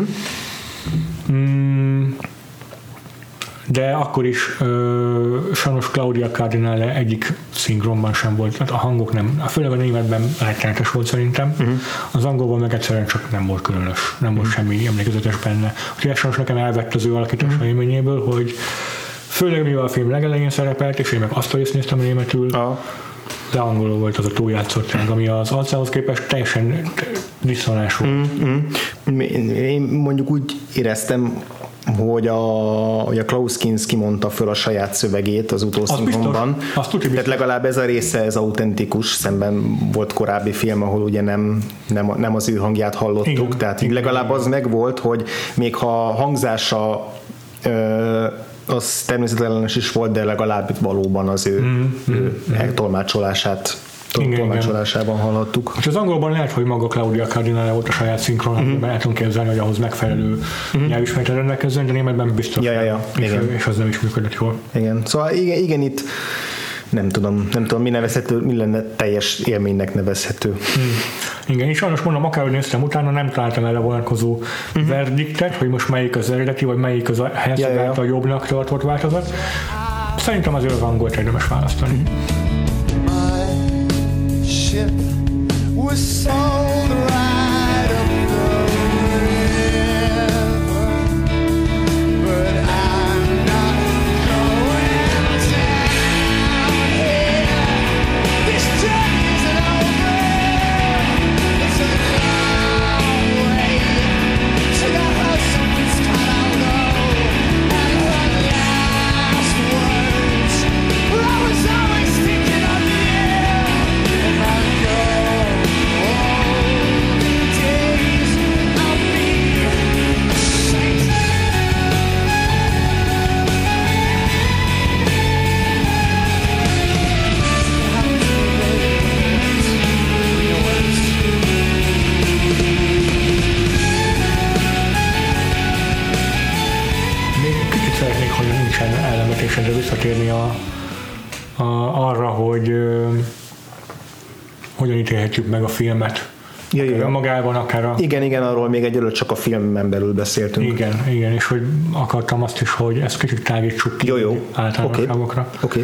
De akkor is sajnos Claudia Cardinale egyik szinkronban sem volt, tehát a hangok nem, főleg a németben rettenetes volt szerintem, az angolban meg egyszerűen csak nem volt különös, nem volt semmi emlékezetes benne. Úgyhogy ez sajnos nekem elvett az ő alakítás élményéből, hogy főleg mivel a film legelején szerepelt, és én meg azt a részt néztem németül, de angolul volt az a túljátszottság, ami az arcához képest teljesen diszonás volt. Én mondjuk úgy éreztem, hogy a Klaus Kinski mondta föl a saját szövegét az utószinkronban. Tehát legalább ez a része, ez autentikus, szemben volt korábbi film, ahol ugye nem az ő hangját hallottuk, igen, tehát igen, legalább az megvolt, hogy még ha hangzása az természetellenes is volt, de legalább valóban az ő tolmácsolásában hallhattuk. És az angolban lehet, hogy maga Claudia Cardinale volt a saját szinkron, el tudom képzelni, hogy ahhoz megfelelő nyelvismeretre rendelkezzen, de németben biztos és az nem is működött jól. Igen, szóval igen itt nem tudom, mi lenne teljes élménynek nevezhető. Igen, és sajnos mondom, akárhogy néztem utána, nem találtam erre vonatkozó verdiktet, hogy most melyik az eredeti, vagy melyik az a Herzog által jobbnak tartott változat. Szerintem azért az angolt érdemes választani. Ship was sold right up the river, but I'm not going down here. This journey isn't over. It's a long way to the house of which I know. And her last words, I was always thinking of you. Szeretnék, hogy nincsen ellenvetésre visszatérni arra, hogy hogyan ítélhetjük meg a filmet. Magában akár Igen, arról még egyelőtt csak a filmen belül beszéltünk. Igen, és hogy akartam azt is, hogy ezt kicsit tágítsuk ki általánosságokra. Okay.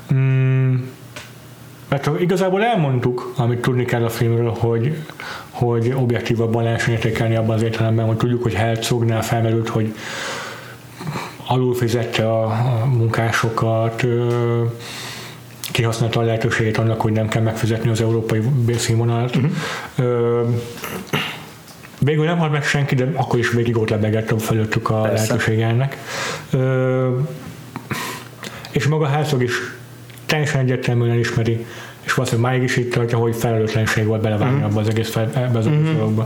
Mert igazából elmondtuk, amit tudni kell a filmről, hogy objektívabban lehessen értékelni abban az értelemben, hogy tudjuk, hogy Herzognál felmerült, hogy alulfizette a munkásokat, kihasználta a lehetőségét annak, hogy nem kell megfizetni az európai bérszínvonalat. Végül nem halt meg senki, de akkor is végig ott lebegett fölöttük a lehetősége ennek. És maga Herzog is teljesen egyértelműen elismeri, és valószínűleg máig is itt tartja, hogy felelőtlenség volt belevágni abba az egész dologba.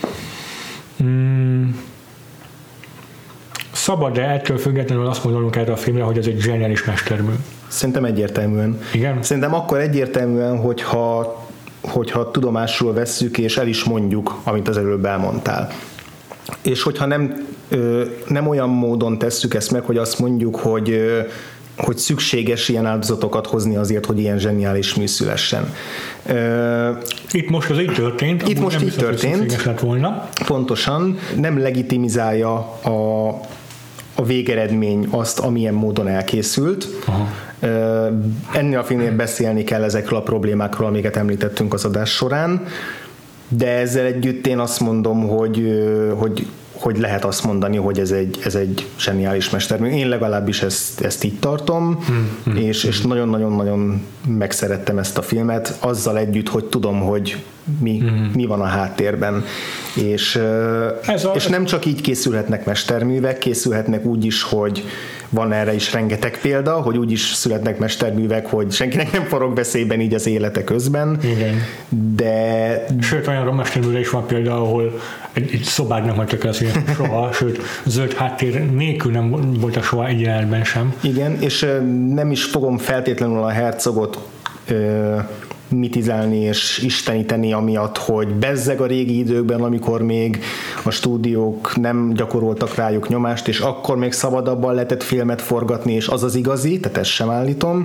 Szabad-e ettől függetlenül azt mondanunk erre a filmre, hogy ez egy zseniális mestermű? Szerintem egyértelműen. Igen? Szerintem akkor egyértelműen, hogyha tudomásul vesszük, és el is mondjuk, amit az előbb elmondtál. És hogyha nem olyan módon tesszük ezt meg, hogy azt mondjuk, hogy szükséges ilyen áldozatokat hozni azért, hogy ilyen zseniális mű szülessen. Itt most az így történt. Itt most így történt. Lett volna. Pontosan. Nem legitimizálja a végeredmény azt, amilyen módon elkészült. Aha. Ennél a filmnél beszélni kell ezekről a problémákról, amiket említettünk az adás során, de ezzel együtt én azt mondom, hogy lehet azt mondani, hogy ez egy zseniális mestermű. Én legalábbis ezt így tartom, és nagyon-nagyon-nagyon megszerettem ezt a filmet, azzal együtt, hogy tudom, hogy mi van a háttérben. És nem csak így készülhetnek mesterművek, készülhetnek úgy is, hogy van erre is rengeteg példa, hogy úgy is születnek mesterművek, hogy senkinek nem forog veszélyben így az élete közben. Igen. De... Sőt, olyan mesterműre is van példa, ahol egy szobát nem hagytak el soha, sőt, zöld háttér nélkül nem volt soha egy jelenetben sem. Igen, és nem is fogom feltétlenül a Herzogot mitizálni és isteníteni amiatt, hogy bezzeg a régi időkben, amikor még a stúdiók nem gyakoroltak rájuk nyomást, és akkor még szabadabban lehetett filmet forgatni, és az az igazi, tehát ezt sem állítom.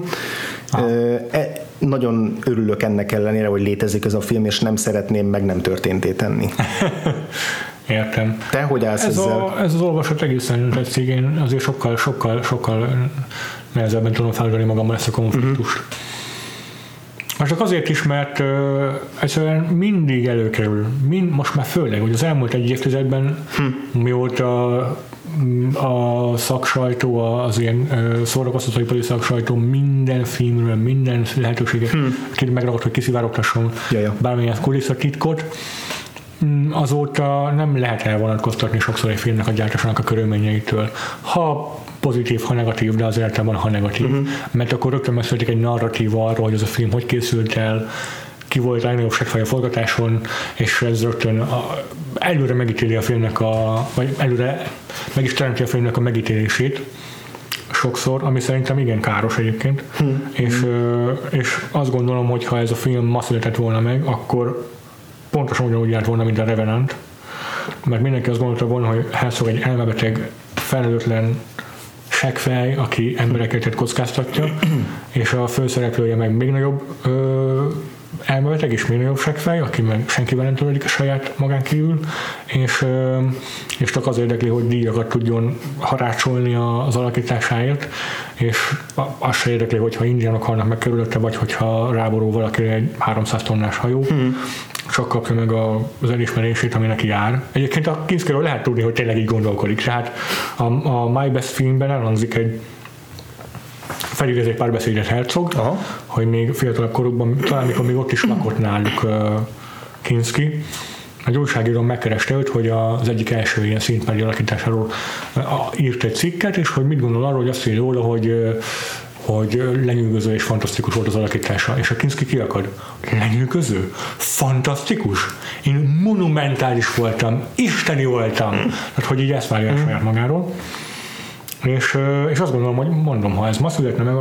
Nagyon örülök ennek ellenére, hogy létezik ez a film, és nem szeretném meg nem történté tenni. Értem. Te hogy állsz ezzel? Ez az olvasat egészen tetszik, én azért sokkal nehezebben tudom feloldani magammal ezt a konfliktust. Csak azért is, mert egyszerűen mindig előkerül, most már főleg, hogy az elmúlt egy évtizedben, mióta a szaksajtó, az ilyen szórakoztatóipari szaksajtó minden filmről, minden lehetőséget megragadt, hogy kiszivárogtasson bármilyen kulisszatitkot, azóta nem lehet elvonatkoztatni sokszor egy filmnek a gyártásának a körülményeitől. Ha pozitív, ha negatív, de az általában ha negatív. Mert akkor rögtön megszületik egy narratíva arról, hogy az a film hogy készült el, ki volt a legnagyobb seggfej a forgatáson, és ez rögtön előre megítéli a filmnek vagy előre meg is teremti a filmnek a megítélését sokszor, ami szerintem igen káros egyébként. És azt gondolom, hogy ha ez a film ma született volna meg, akkor pontosan ugyanúgy járt volna, mint a Revenant, mert mindenki azt gondolta volna, hogy Herzog egy elmebeteg, felelőtlen seggfej, aki embereket kockáztatja, és a főszereplője meg még nagyobb elmebeteg és még nagyobb seggfej, aki meg senkivel nem törődik a saját magán kívül, és csak az érdekli, hogy díjakat tudjon harácsolni az alakításáért, és azt se érdekli, hogyha indiánok halnak meg körülötte, vagy hogyha ráborul valaki egy 300 tonnás hajó, csak kapja meg az elismerését, ami neki jár. Egyébként a Kinskiről lehet tudni, hogy tényleg így gondolkodik. Tehát a My Best filmben elhangzik egy felidéz egy párbeszédet Herzog, hogy még fiatalabb korukban, talán mikor még ott is lakott náluk Kinski, egy újságíró megkereste őt, hogy az egyik első ilyen színpádi alakításáról írt egy cikket, és hogy mit gondol arról, hogy azt írja róla, hogy lenyűgöző és fantasztikus volt az alakítása. És a Kinski kiakad. Lenyűgöző? Fantasztikus? Én monumentális voltam, isteni voltam. Tehát, hogy így ezt várja saját magáról. És azt gondolom, hogy mondom, ha ez ma születne meg,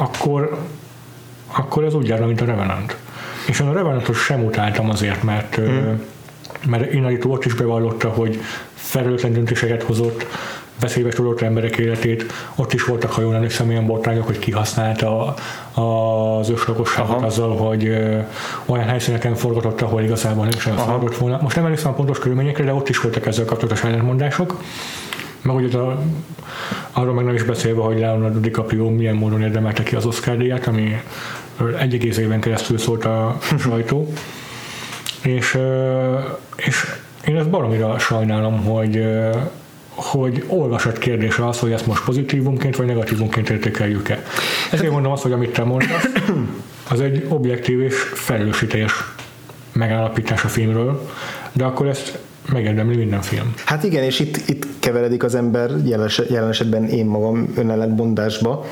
akkor ez úgy járna, mint a Revenant. És én a Revenantot sem utáltam azért, mert Inarritu ott is bevallotta, hogy felelőtlen döntéseket hozott, veszélybe sodorta emberek életét, ott is voltak, ha jól emlékszem, ilyen botrányok, hogy kihasználta az őslakosságot azzal, hogy olyan helyszíneken forgatott, ahol igazából nem is olyan forgott volna. Most nem emlékszem a pontos körülményekre, de ott is voltak ezzel kapcsolatos ellentmondások. Meg ugye arról meg nem is beszélve, hogy Leonardo DiCaprio milyen módon érdemelte ki az Oscar-díjat, ami egy egész éven keresztül szólt a sajtó. És én ezt baromira sajnálom, hogy olvasat kérdése az, hogy ezt most pozitívumként vagy negatívumként értékeljük-e. Ezért mondom azt, hogy amit te mondasz, az egy objektív és felelősségteljes megállapítás a filmről, de akkor ezt megérdemli minden film. Hát igen, és itt keveredik az ember, jelen esetben én magam önellentmondásba,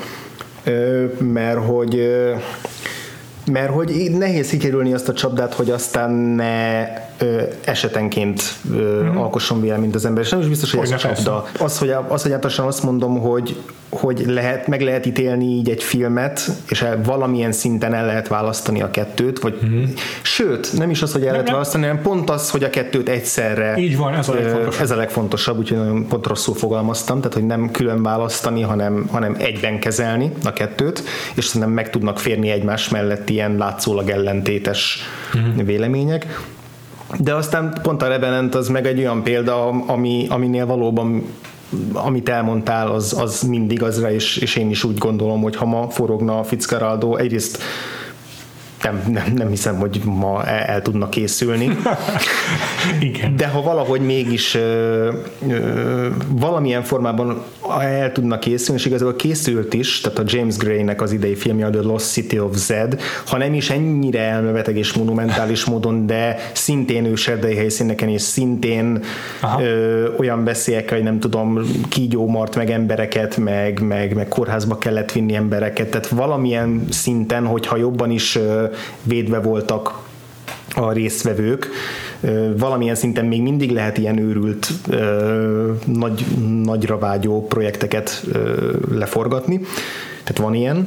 mert hogy nehéz kikerülni azt a csapdát, hogy aztán ne esetenként alkosson véleményt az ember, és nem is biztos, hogy ez a csapda. Az, hogy általában azt mondom, hogy meg lehet ítélni így egy filmet, és valamilyen szinten el lehet választani a kettőt, vagy sőt, nem is az, hogy el lehet választani, hanem pont az, hogy a kettőt egyszerre. Így van, ez a legfontosabb, úgyhogy nagyon pont rosszul fogalmaztam, tehát hogy nem külön választani, hanem egyben kezelni a kettőt, és szerintem meg tudnak férni egymás mellett ilyen látszólag ellentétes vélemények. De aztán pont a Revenant az meg egy olyan példa, aminél valóban amit elmondtál, az mind igazra, és én is úgy gondolom, hogy ha ma forogna a Fitzcarraldo, egyrészt nem hiszem, hogy ma el tudna készülni. Igen. De ha valahogy mégis valamilyen formában el tudna készülni, és igazából készült is, tehát a James Gray-nek az idei filmje, a The Lost City of Zed, ha nem is ennyire elmebeteg és monumentális módon, de szintén őserdei helyszíneken, és szintén olyan veszélyekkel, hogy nem tudom, kígyó mart meg embereket, meg kórházba kellett vinni embereket, tehát valamilyen szinten, hogyha jobban is védve voltak a résztvevők, valamilyen szinten még mindig lehet ilyen őrült, nagyra vágyó projekteket leforgatni, tehát van ilyen,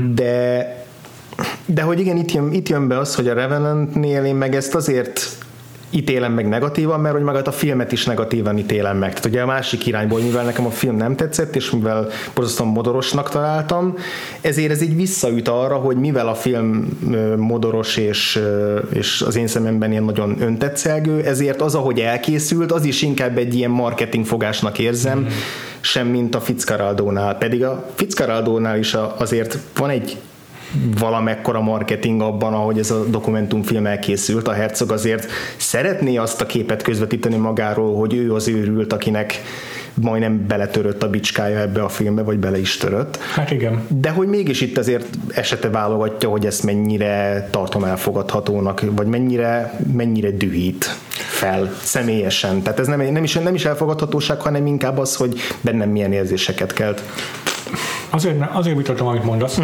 de hogy igen, itt jön be az, hogy a Revenantnél én meg ezt azért ítélem meg negatívan, mert hogy magát a filmet is negatívan ítélem meg. Tehát ugye a másik irányból, mivel nekem a film nem tetszett, és mivel borzasztóan modorosnak találtam, ezért ez így visszaüt arra, hogy mivel a film modoros és az én szememben ilyen nagyon öntetszelgő, ezért az, ahogy elkészült, az is inkább egy ilyen marketing fogásnak érzem, sem mint a Fitzcarraldónál. Pedig a Fitzcarraldónál is azért van egy valamekkora marketing abban, ahogy ez a dokumentumfilm elkészült. A Herzog azért szeretné azt a képet közvetíteni magáról, hogy ő az őrült, akinek majdnem beletörött a bicskája ebbe a filmbe, vagy bele is törött. Hát igen. De hogy mégis itt azért esete válogatja, hogy ezt mennyire tartom elfogadhatónak, vagy mennyire dühít fel személyesen. Tehát ez nem is elfogadhatóság, hanem inkább az, hogy bennem milyen érzéseket kelt. Azért vitatom, amit mondasz,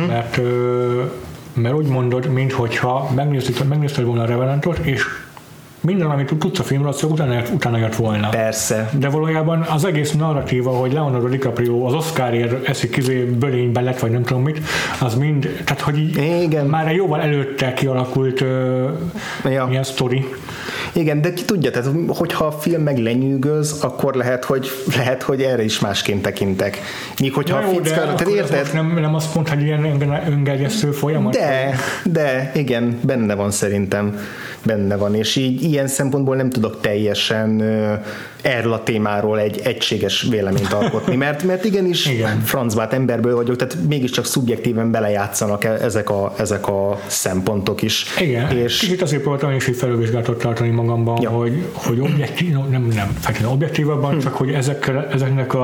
mert úgy mondod, minthogyha megnézted volna a Revenantot, és minden, amit tudsz a filmről, az utána jött volna. Persze. De valójában az egész narratíva, hogy Leonardo DiCaprio az Oscarért eszik bölényben lett, vagy nem tudom mit, az mind, tehát hogy igen. Már jóval előtte kialakult ilyen sztori. Igen, de ki tudja, tehát hogyha a film meg lenyűgöz, akkor lehet, hogy erre is másként tekintek. Míg hogyha jó, a fickára, tehát érted? Nem azt mondta, hogy ilyen öngerjesztő folyamat? De igen, benne van szerintem. Benne van, és így ilyen szempontból nem tudok teljesen erről a témáról egy egységes véleményt alkotni, mert igenis francbát emberből vagyok, tehát mégiscsak szubjektíven belejátszanak ezek a szempontok is. Igen, és kicsit azért próbáltam is így felülvizsgálatot tartani magamban, hogy objektívabban, csak hogy ezeknek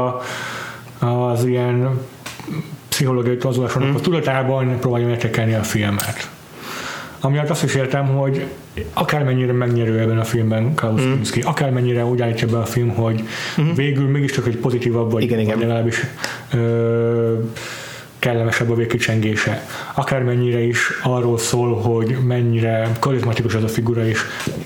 az ilyen pszichológiai tazulásoknak a tudatában próbáljam értékelni a filmet. Amiatt azt is értem, hogy akármennyire megnyerő ebben a filmben Klaus Kinski, akármennyire úgy állítja be a film, hogy végül mégiscsak egy pozitívabb, vagy legalábbis kellemesebb a végkicsengése. Akármennyire is arról szól, hogy mennyire karizmatikus ez a figura is.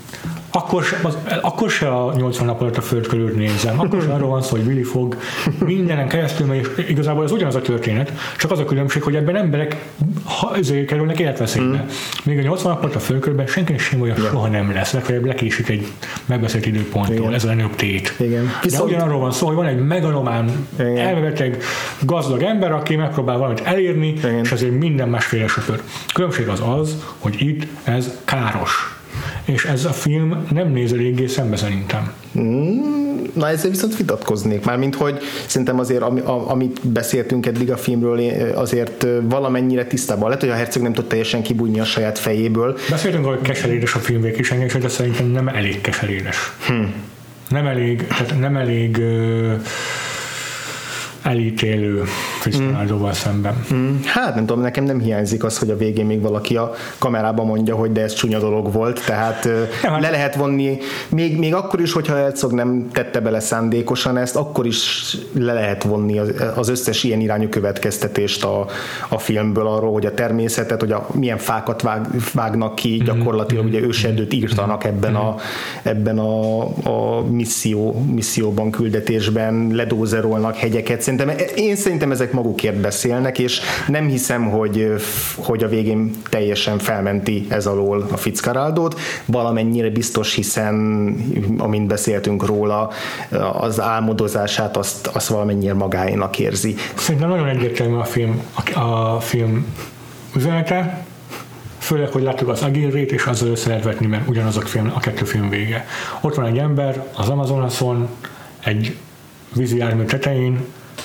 Akkor se a 80 nap alatt a föld körül nézem. Akkor se arról van szó, hogy Willy Fogg mindenen keresztül megy, és igazából ez ugyanaz a történet, csak az a különbség, hogy ebben emberek kerülnek életveszélybe. Még a 80 nap alatt a föld körülben senkinek sem olyan soha nem lesz, legfeljebb lekésik egy megbeszélt időponttól, ez a legnagyobb tét. Igen. De ugyanarról van szó, hogy van egy megalomán, elmebeteg, gazdag ember, aki megpróbál valamit elérni, és azért minden másféle söpör. Különbség az, hogy itt ez káros. És ez a film nem néz eléggé szembe szerintem. Na ezzel viszont vitatkoznék, mármint hogy szerintem azért, amit beszéltünk eddig a filmről, azért valamennyire tisztában lett, hogy a Herzog nem tud teljesen kibújni a saját fejéből. Beszéltünk, hogy keserédes a film végkicsengése, de szerintem nem elég keserédes. Nem elég elítélő Fitzcarraldóval szemben. Hát nem tudom, nekem nem hiányzik az, hogy a végén még valaki a kamerában mondja, hogy de ez csúnya dolog volt, tehát le lehet vonni, még akkor is, hogyha Herzog nem tette bele szándékosan ezt, akkor is le lehet vonni az összes ilyen irányú következtetést a filmből arról, hogy a természetet, hogy milyen fákat vágnak ki, gyakorlatilag ugye őserdőt írtanak ebben a misszióban, küldetésben, ledózerolnak hegyeket. Én szerintem ezek magukért beszélnek, és nem hiszem, hogy a végén teljesen felmenti ez alól a Fitzcarraldót. Valamennyire biztos, hiszen amint beszéltünk róla, az álmodozását azt valamennyire magáénak érzi. Szerintem nagyon egyértelmű a film üzenete, főleg, hogy láttuk az Aguirrét, és azzal össze lehet vetni, mert ugyanaz a kettő film vége. Ott van egy ember az Amazonason, egy vízi jármű tetején,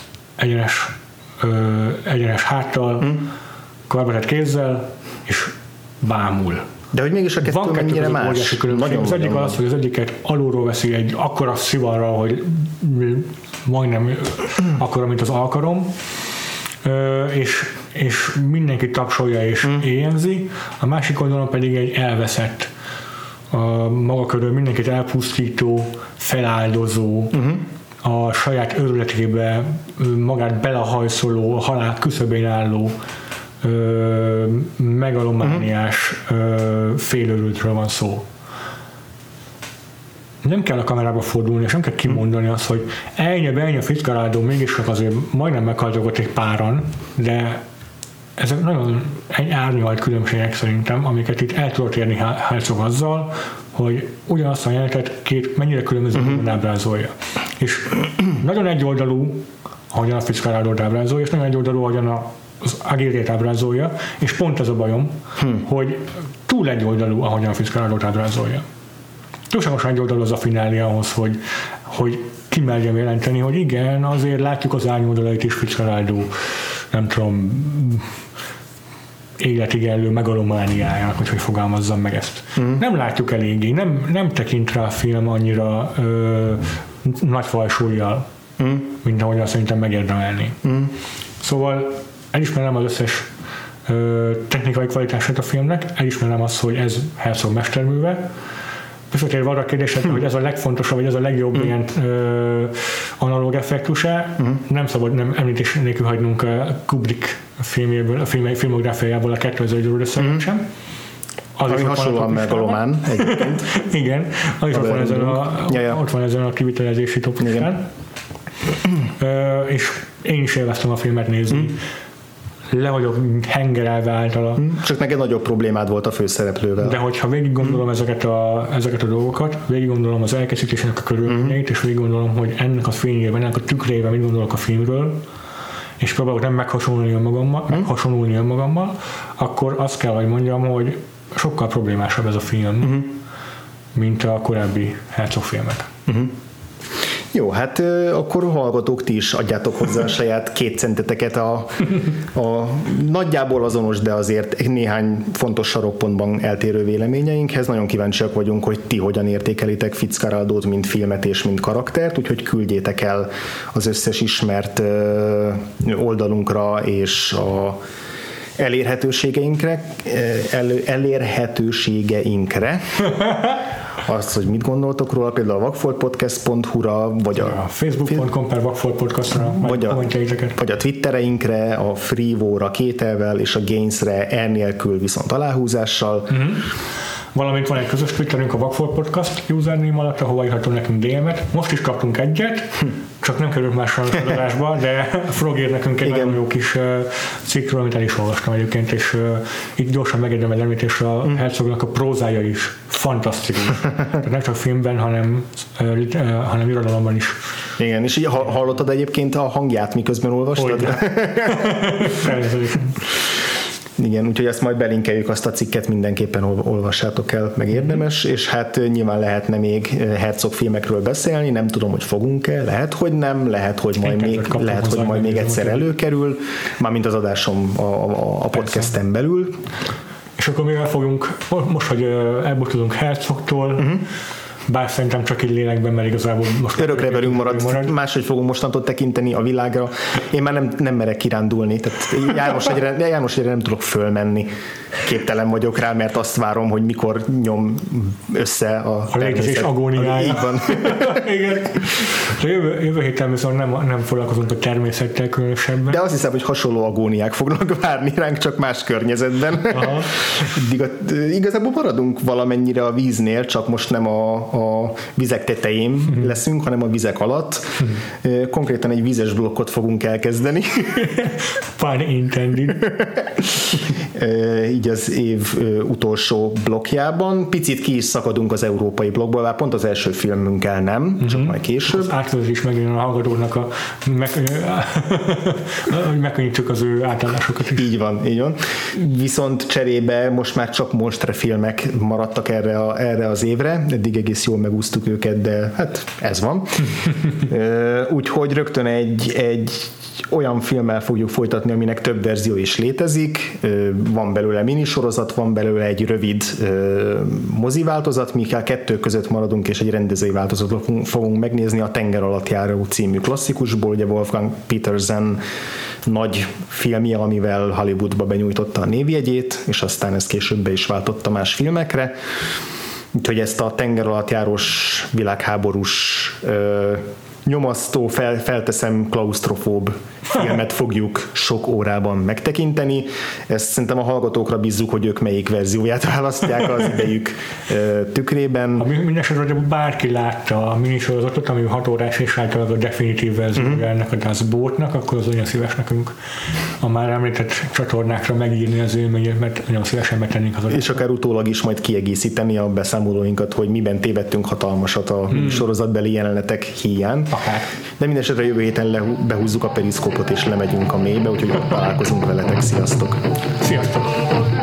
egyenes háttal, karbatett kézzel, és bámul. De hogy mégis a kettő mennyire más? Az egyik az, hogy az egyiket alulról veszi egy akkora szivarral, hogy majdnem akkora, mint az alkarom, és mindenki tapsolja és éjjenzi, a másik oldalon pedig egy elveszett, maga körül mindenkit elpusztító, feláldozó, a saját őrületébe magát belehajszoló, a halál küszöbén álló megalomániás félőrültről van szó. Nem kell a kamerába fordulni, és nem kell kimondani azt, hogy ennyi Fitzcarraldó mégis azért majdnem meghaltak egy páran, de ezek nagyon árnyalt különbségek szerintem, amiket itt el tudott érni Herzog azzal, hogy ugyanazt a jelenetet mennyire különböző ábrázolja. És nagyon egyoldalú, ahogyan a Fitzcarraldót ábrázolja, és nagyon egyoldalú, ahogyan az Aguirrét ábrázolja, és pont ez a bajom, hogy túl egyoldalú, ahogyan a Fitzcarraldót ábrázolja. Túlságosan egyoldalú az a finálé ahhoz, hogy kimerjem jelenteni, hogy igen, azért látjuk az árnyoldalait is Fitzcarraldó, nem tudom, életigenlő megalomániájának, hogy fogalmazzam meg ezt. Nem látjuk eléggé, nem tekint rá a film annyira nagy fajsúlyjal, mint ahogy azt szerintem megérdemelni. Szóval elismerem az összes technikai kvalitását a filmnek, elismerem azt, hogy ez Herzog mesterműve. Visszatérve arra a kérdésre, hogy ez a legfontosabb, vagy ez a legjobb ilyen analóg effektusa, nem szabad nem említés nélkül hagynunk Kubrick filmjéből, a filmográfiájából a 2001 összeget sem. Ami hasonlóan megalomán egyébként. Igen, az is ott van ezen a kivitelezési topikán. És én is élveztem a filmet nézni. Le vagyok hengerelve általa. Csak neked nagyobb problémád volt a főszereplővel. De hogyha végig gondolom ezeket a dolgokat, végig gondolom az elkészítésnek a körülményeit, és végig gondolom, hogy ennek a fényében, ennek a tükrében mit gondolok a filmről, és próbálok nem meghasonlulni önmagammal, akkor azt kell, hogy mondjam, hogy sokkal problémásabb ez a film, mint a korábbi Herzog filmek. Jó, hát akkor hallgatók, ti is adjátok hozzá a saját 2 centeteket a nagyjából azonos, de azért néhány fontos sarokpontban eltérő véleményeinkhez. Nagyon kíváncsiak vagyunk, hogy ti hogyan értékelitek Fitzcarraldót, mint filmet és mint karaktert, úgyhogy küldjétek el az összes ismert oldalunkra és a elérhetőségeinkre azt, hogy mit gondoltok róla, például a vakfoltpodcast.hu-ra, vagy a facebook.com/vakfoltpodcastra, vagy a Twittereinkre, a Freevo-ra 2 L-vel, és a Gains-re nélkül viszont aláhúzással. Valamint van egy közös Twitterünk, a Vakfolt Podcast username alatt, ahova írhatunk nekünk DM-et. Most is kaptunk egyet, csak nem került mással az adásba, de Frog ír nekünk egy nagyon jó kis cikkről, amit el is olvastam egyébként, és itt gyorsan megérdemel említésre a Herzognak a prózája is fantasztikus. Tehát nem csak filmben, hanem irodalomban is. Igen, és így hallottad egyébként a hangját, miközben olvastad? Igen, úgyhogy ezt majd belinkeljük, azt a cikket mindenképpen olvassátok el, meg érdemes, és hát nyilván lehetne még Herzog filmekről beszélni, nem tudom, hogy fogunk-e, lehet, hogy nem, lehet, hogy majd még egyszer előkerül, mármint az adásom a podcasten belül. És akkor mivel fogunk, most, hogy elbúcsúzunk Herzogtól, bár szerintem csak így lélekben, mert igazából most örökre velünk marad. Máshogy fogunk mostantól tekinteni a világra. Én már nem merek kirándulni, tehát Jánosegyre nem tudok fölmenni. Képtelen vagyok rá, mert azt várom, hogy mikor nyom össze a létezés agóniája. Így van. Igen. Jövő héten viszont nem foglalkozunk a természettel különösebben. De azt hiszem, hogy hasonló agóniák fognak várni ránk, csak más környezetben. Igazából maradunk valamennyire a víznél, csak most nem a vizek tetején leszünk, hanem a vizek alatt. Konkrétan egy vízes blokkot fogunk elkezdeni. Pun intended. Így az év utolsó blokkjában. Picit ki is szakadunk az európai blokkból, bár pont az első filmünkkel nem, csak majd később. Az átközés megint a hallgatóknak hogy megkönnyítsük az ő átállásokat is. Így van. Viszont cserébe most már csak monsterfilmek maradtak erre az évre, eddig egész jól megúsztuk őket, de hát ez van. Úgyhogy rögtön egy olyan filmmel fogjuk folytatni, aminek több verzió is létezik. Van belőle minisorozat, van belőle egy rövid mozi változat, mikkel 2 között maradunk, és egy rendezői változatot fogunk megnézni, a Tenger alatt járó című klasszikusból, ugye Wolfgang Petersen nagy filmje, amivel Hollywoodba benyújtotta a névjegyét, és aztán ezt később be is váltotta más filmekre. Úgyhogy ezt a tenger alatt járós világháborús nyomasztó, felteszem klausztrofób filmet fogjuk sok órában megtekinteni. Ezt szerintem a hallgatókra bízzuk, hogy ők melyik verzióját választják az idejük tükrében. Mindenesetre, hogy bárki látta a minisorozatot, ami 6 órás és általában a definitív verziója ennek a Das Bootnak, akkor az olyan szíves nekünk a már említett csatornákra megírni az élményét, mert nagyon szívesen betennénk az és akár utólag is majd kiegészíteni a beszámolóinkat, hogy miben tévedtünk hatalmasat a sorozatbeli jelenetek híján. Akár. De mindenesetre jövő héten behúzzuk a periszkópot és lemegyünk a mélybe, úgyhogy ott találkozunk veletek. Sziasztok! Sziasztok!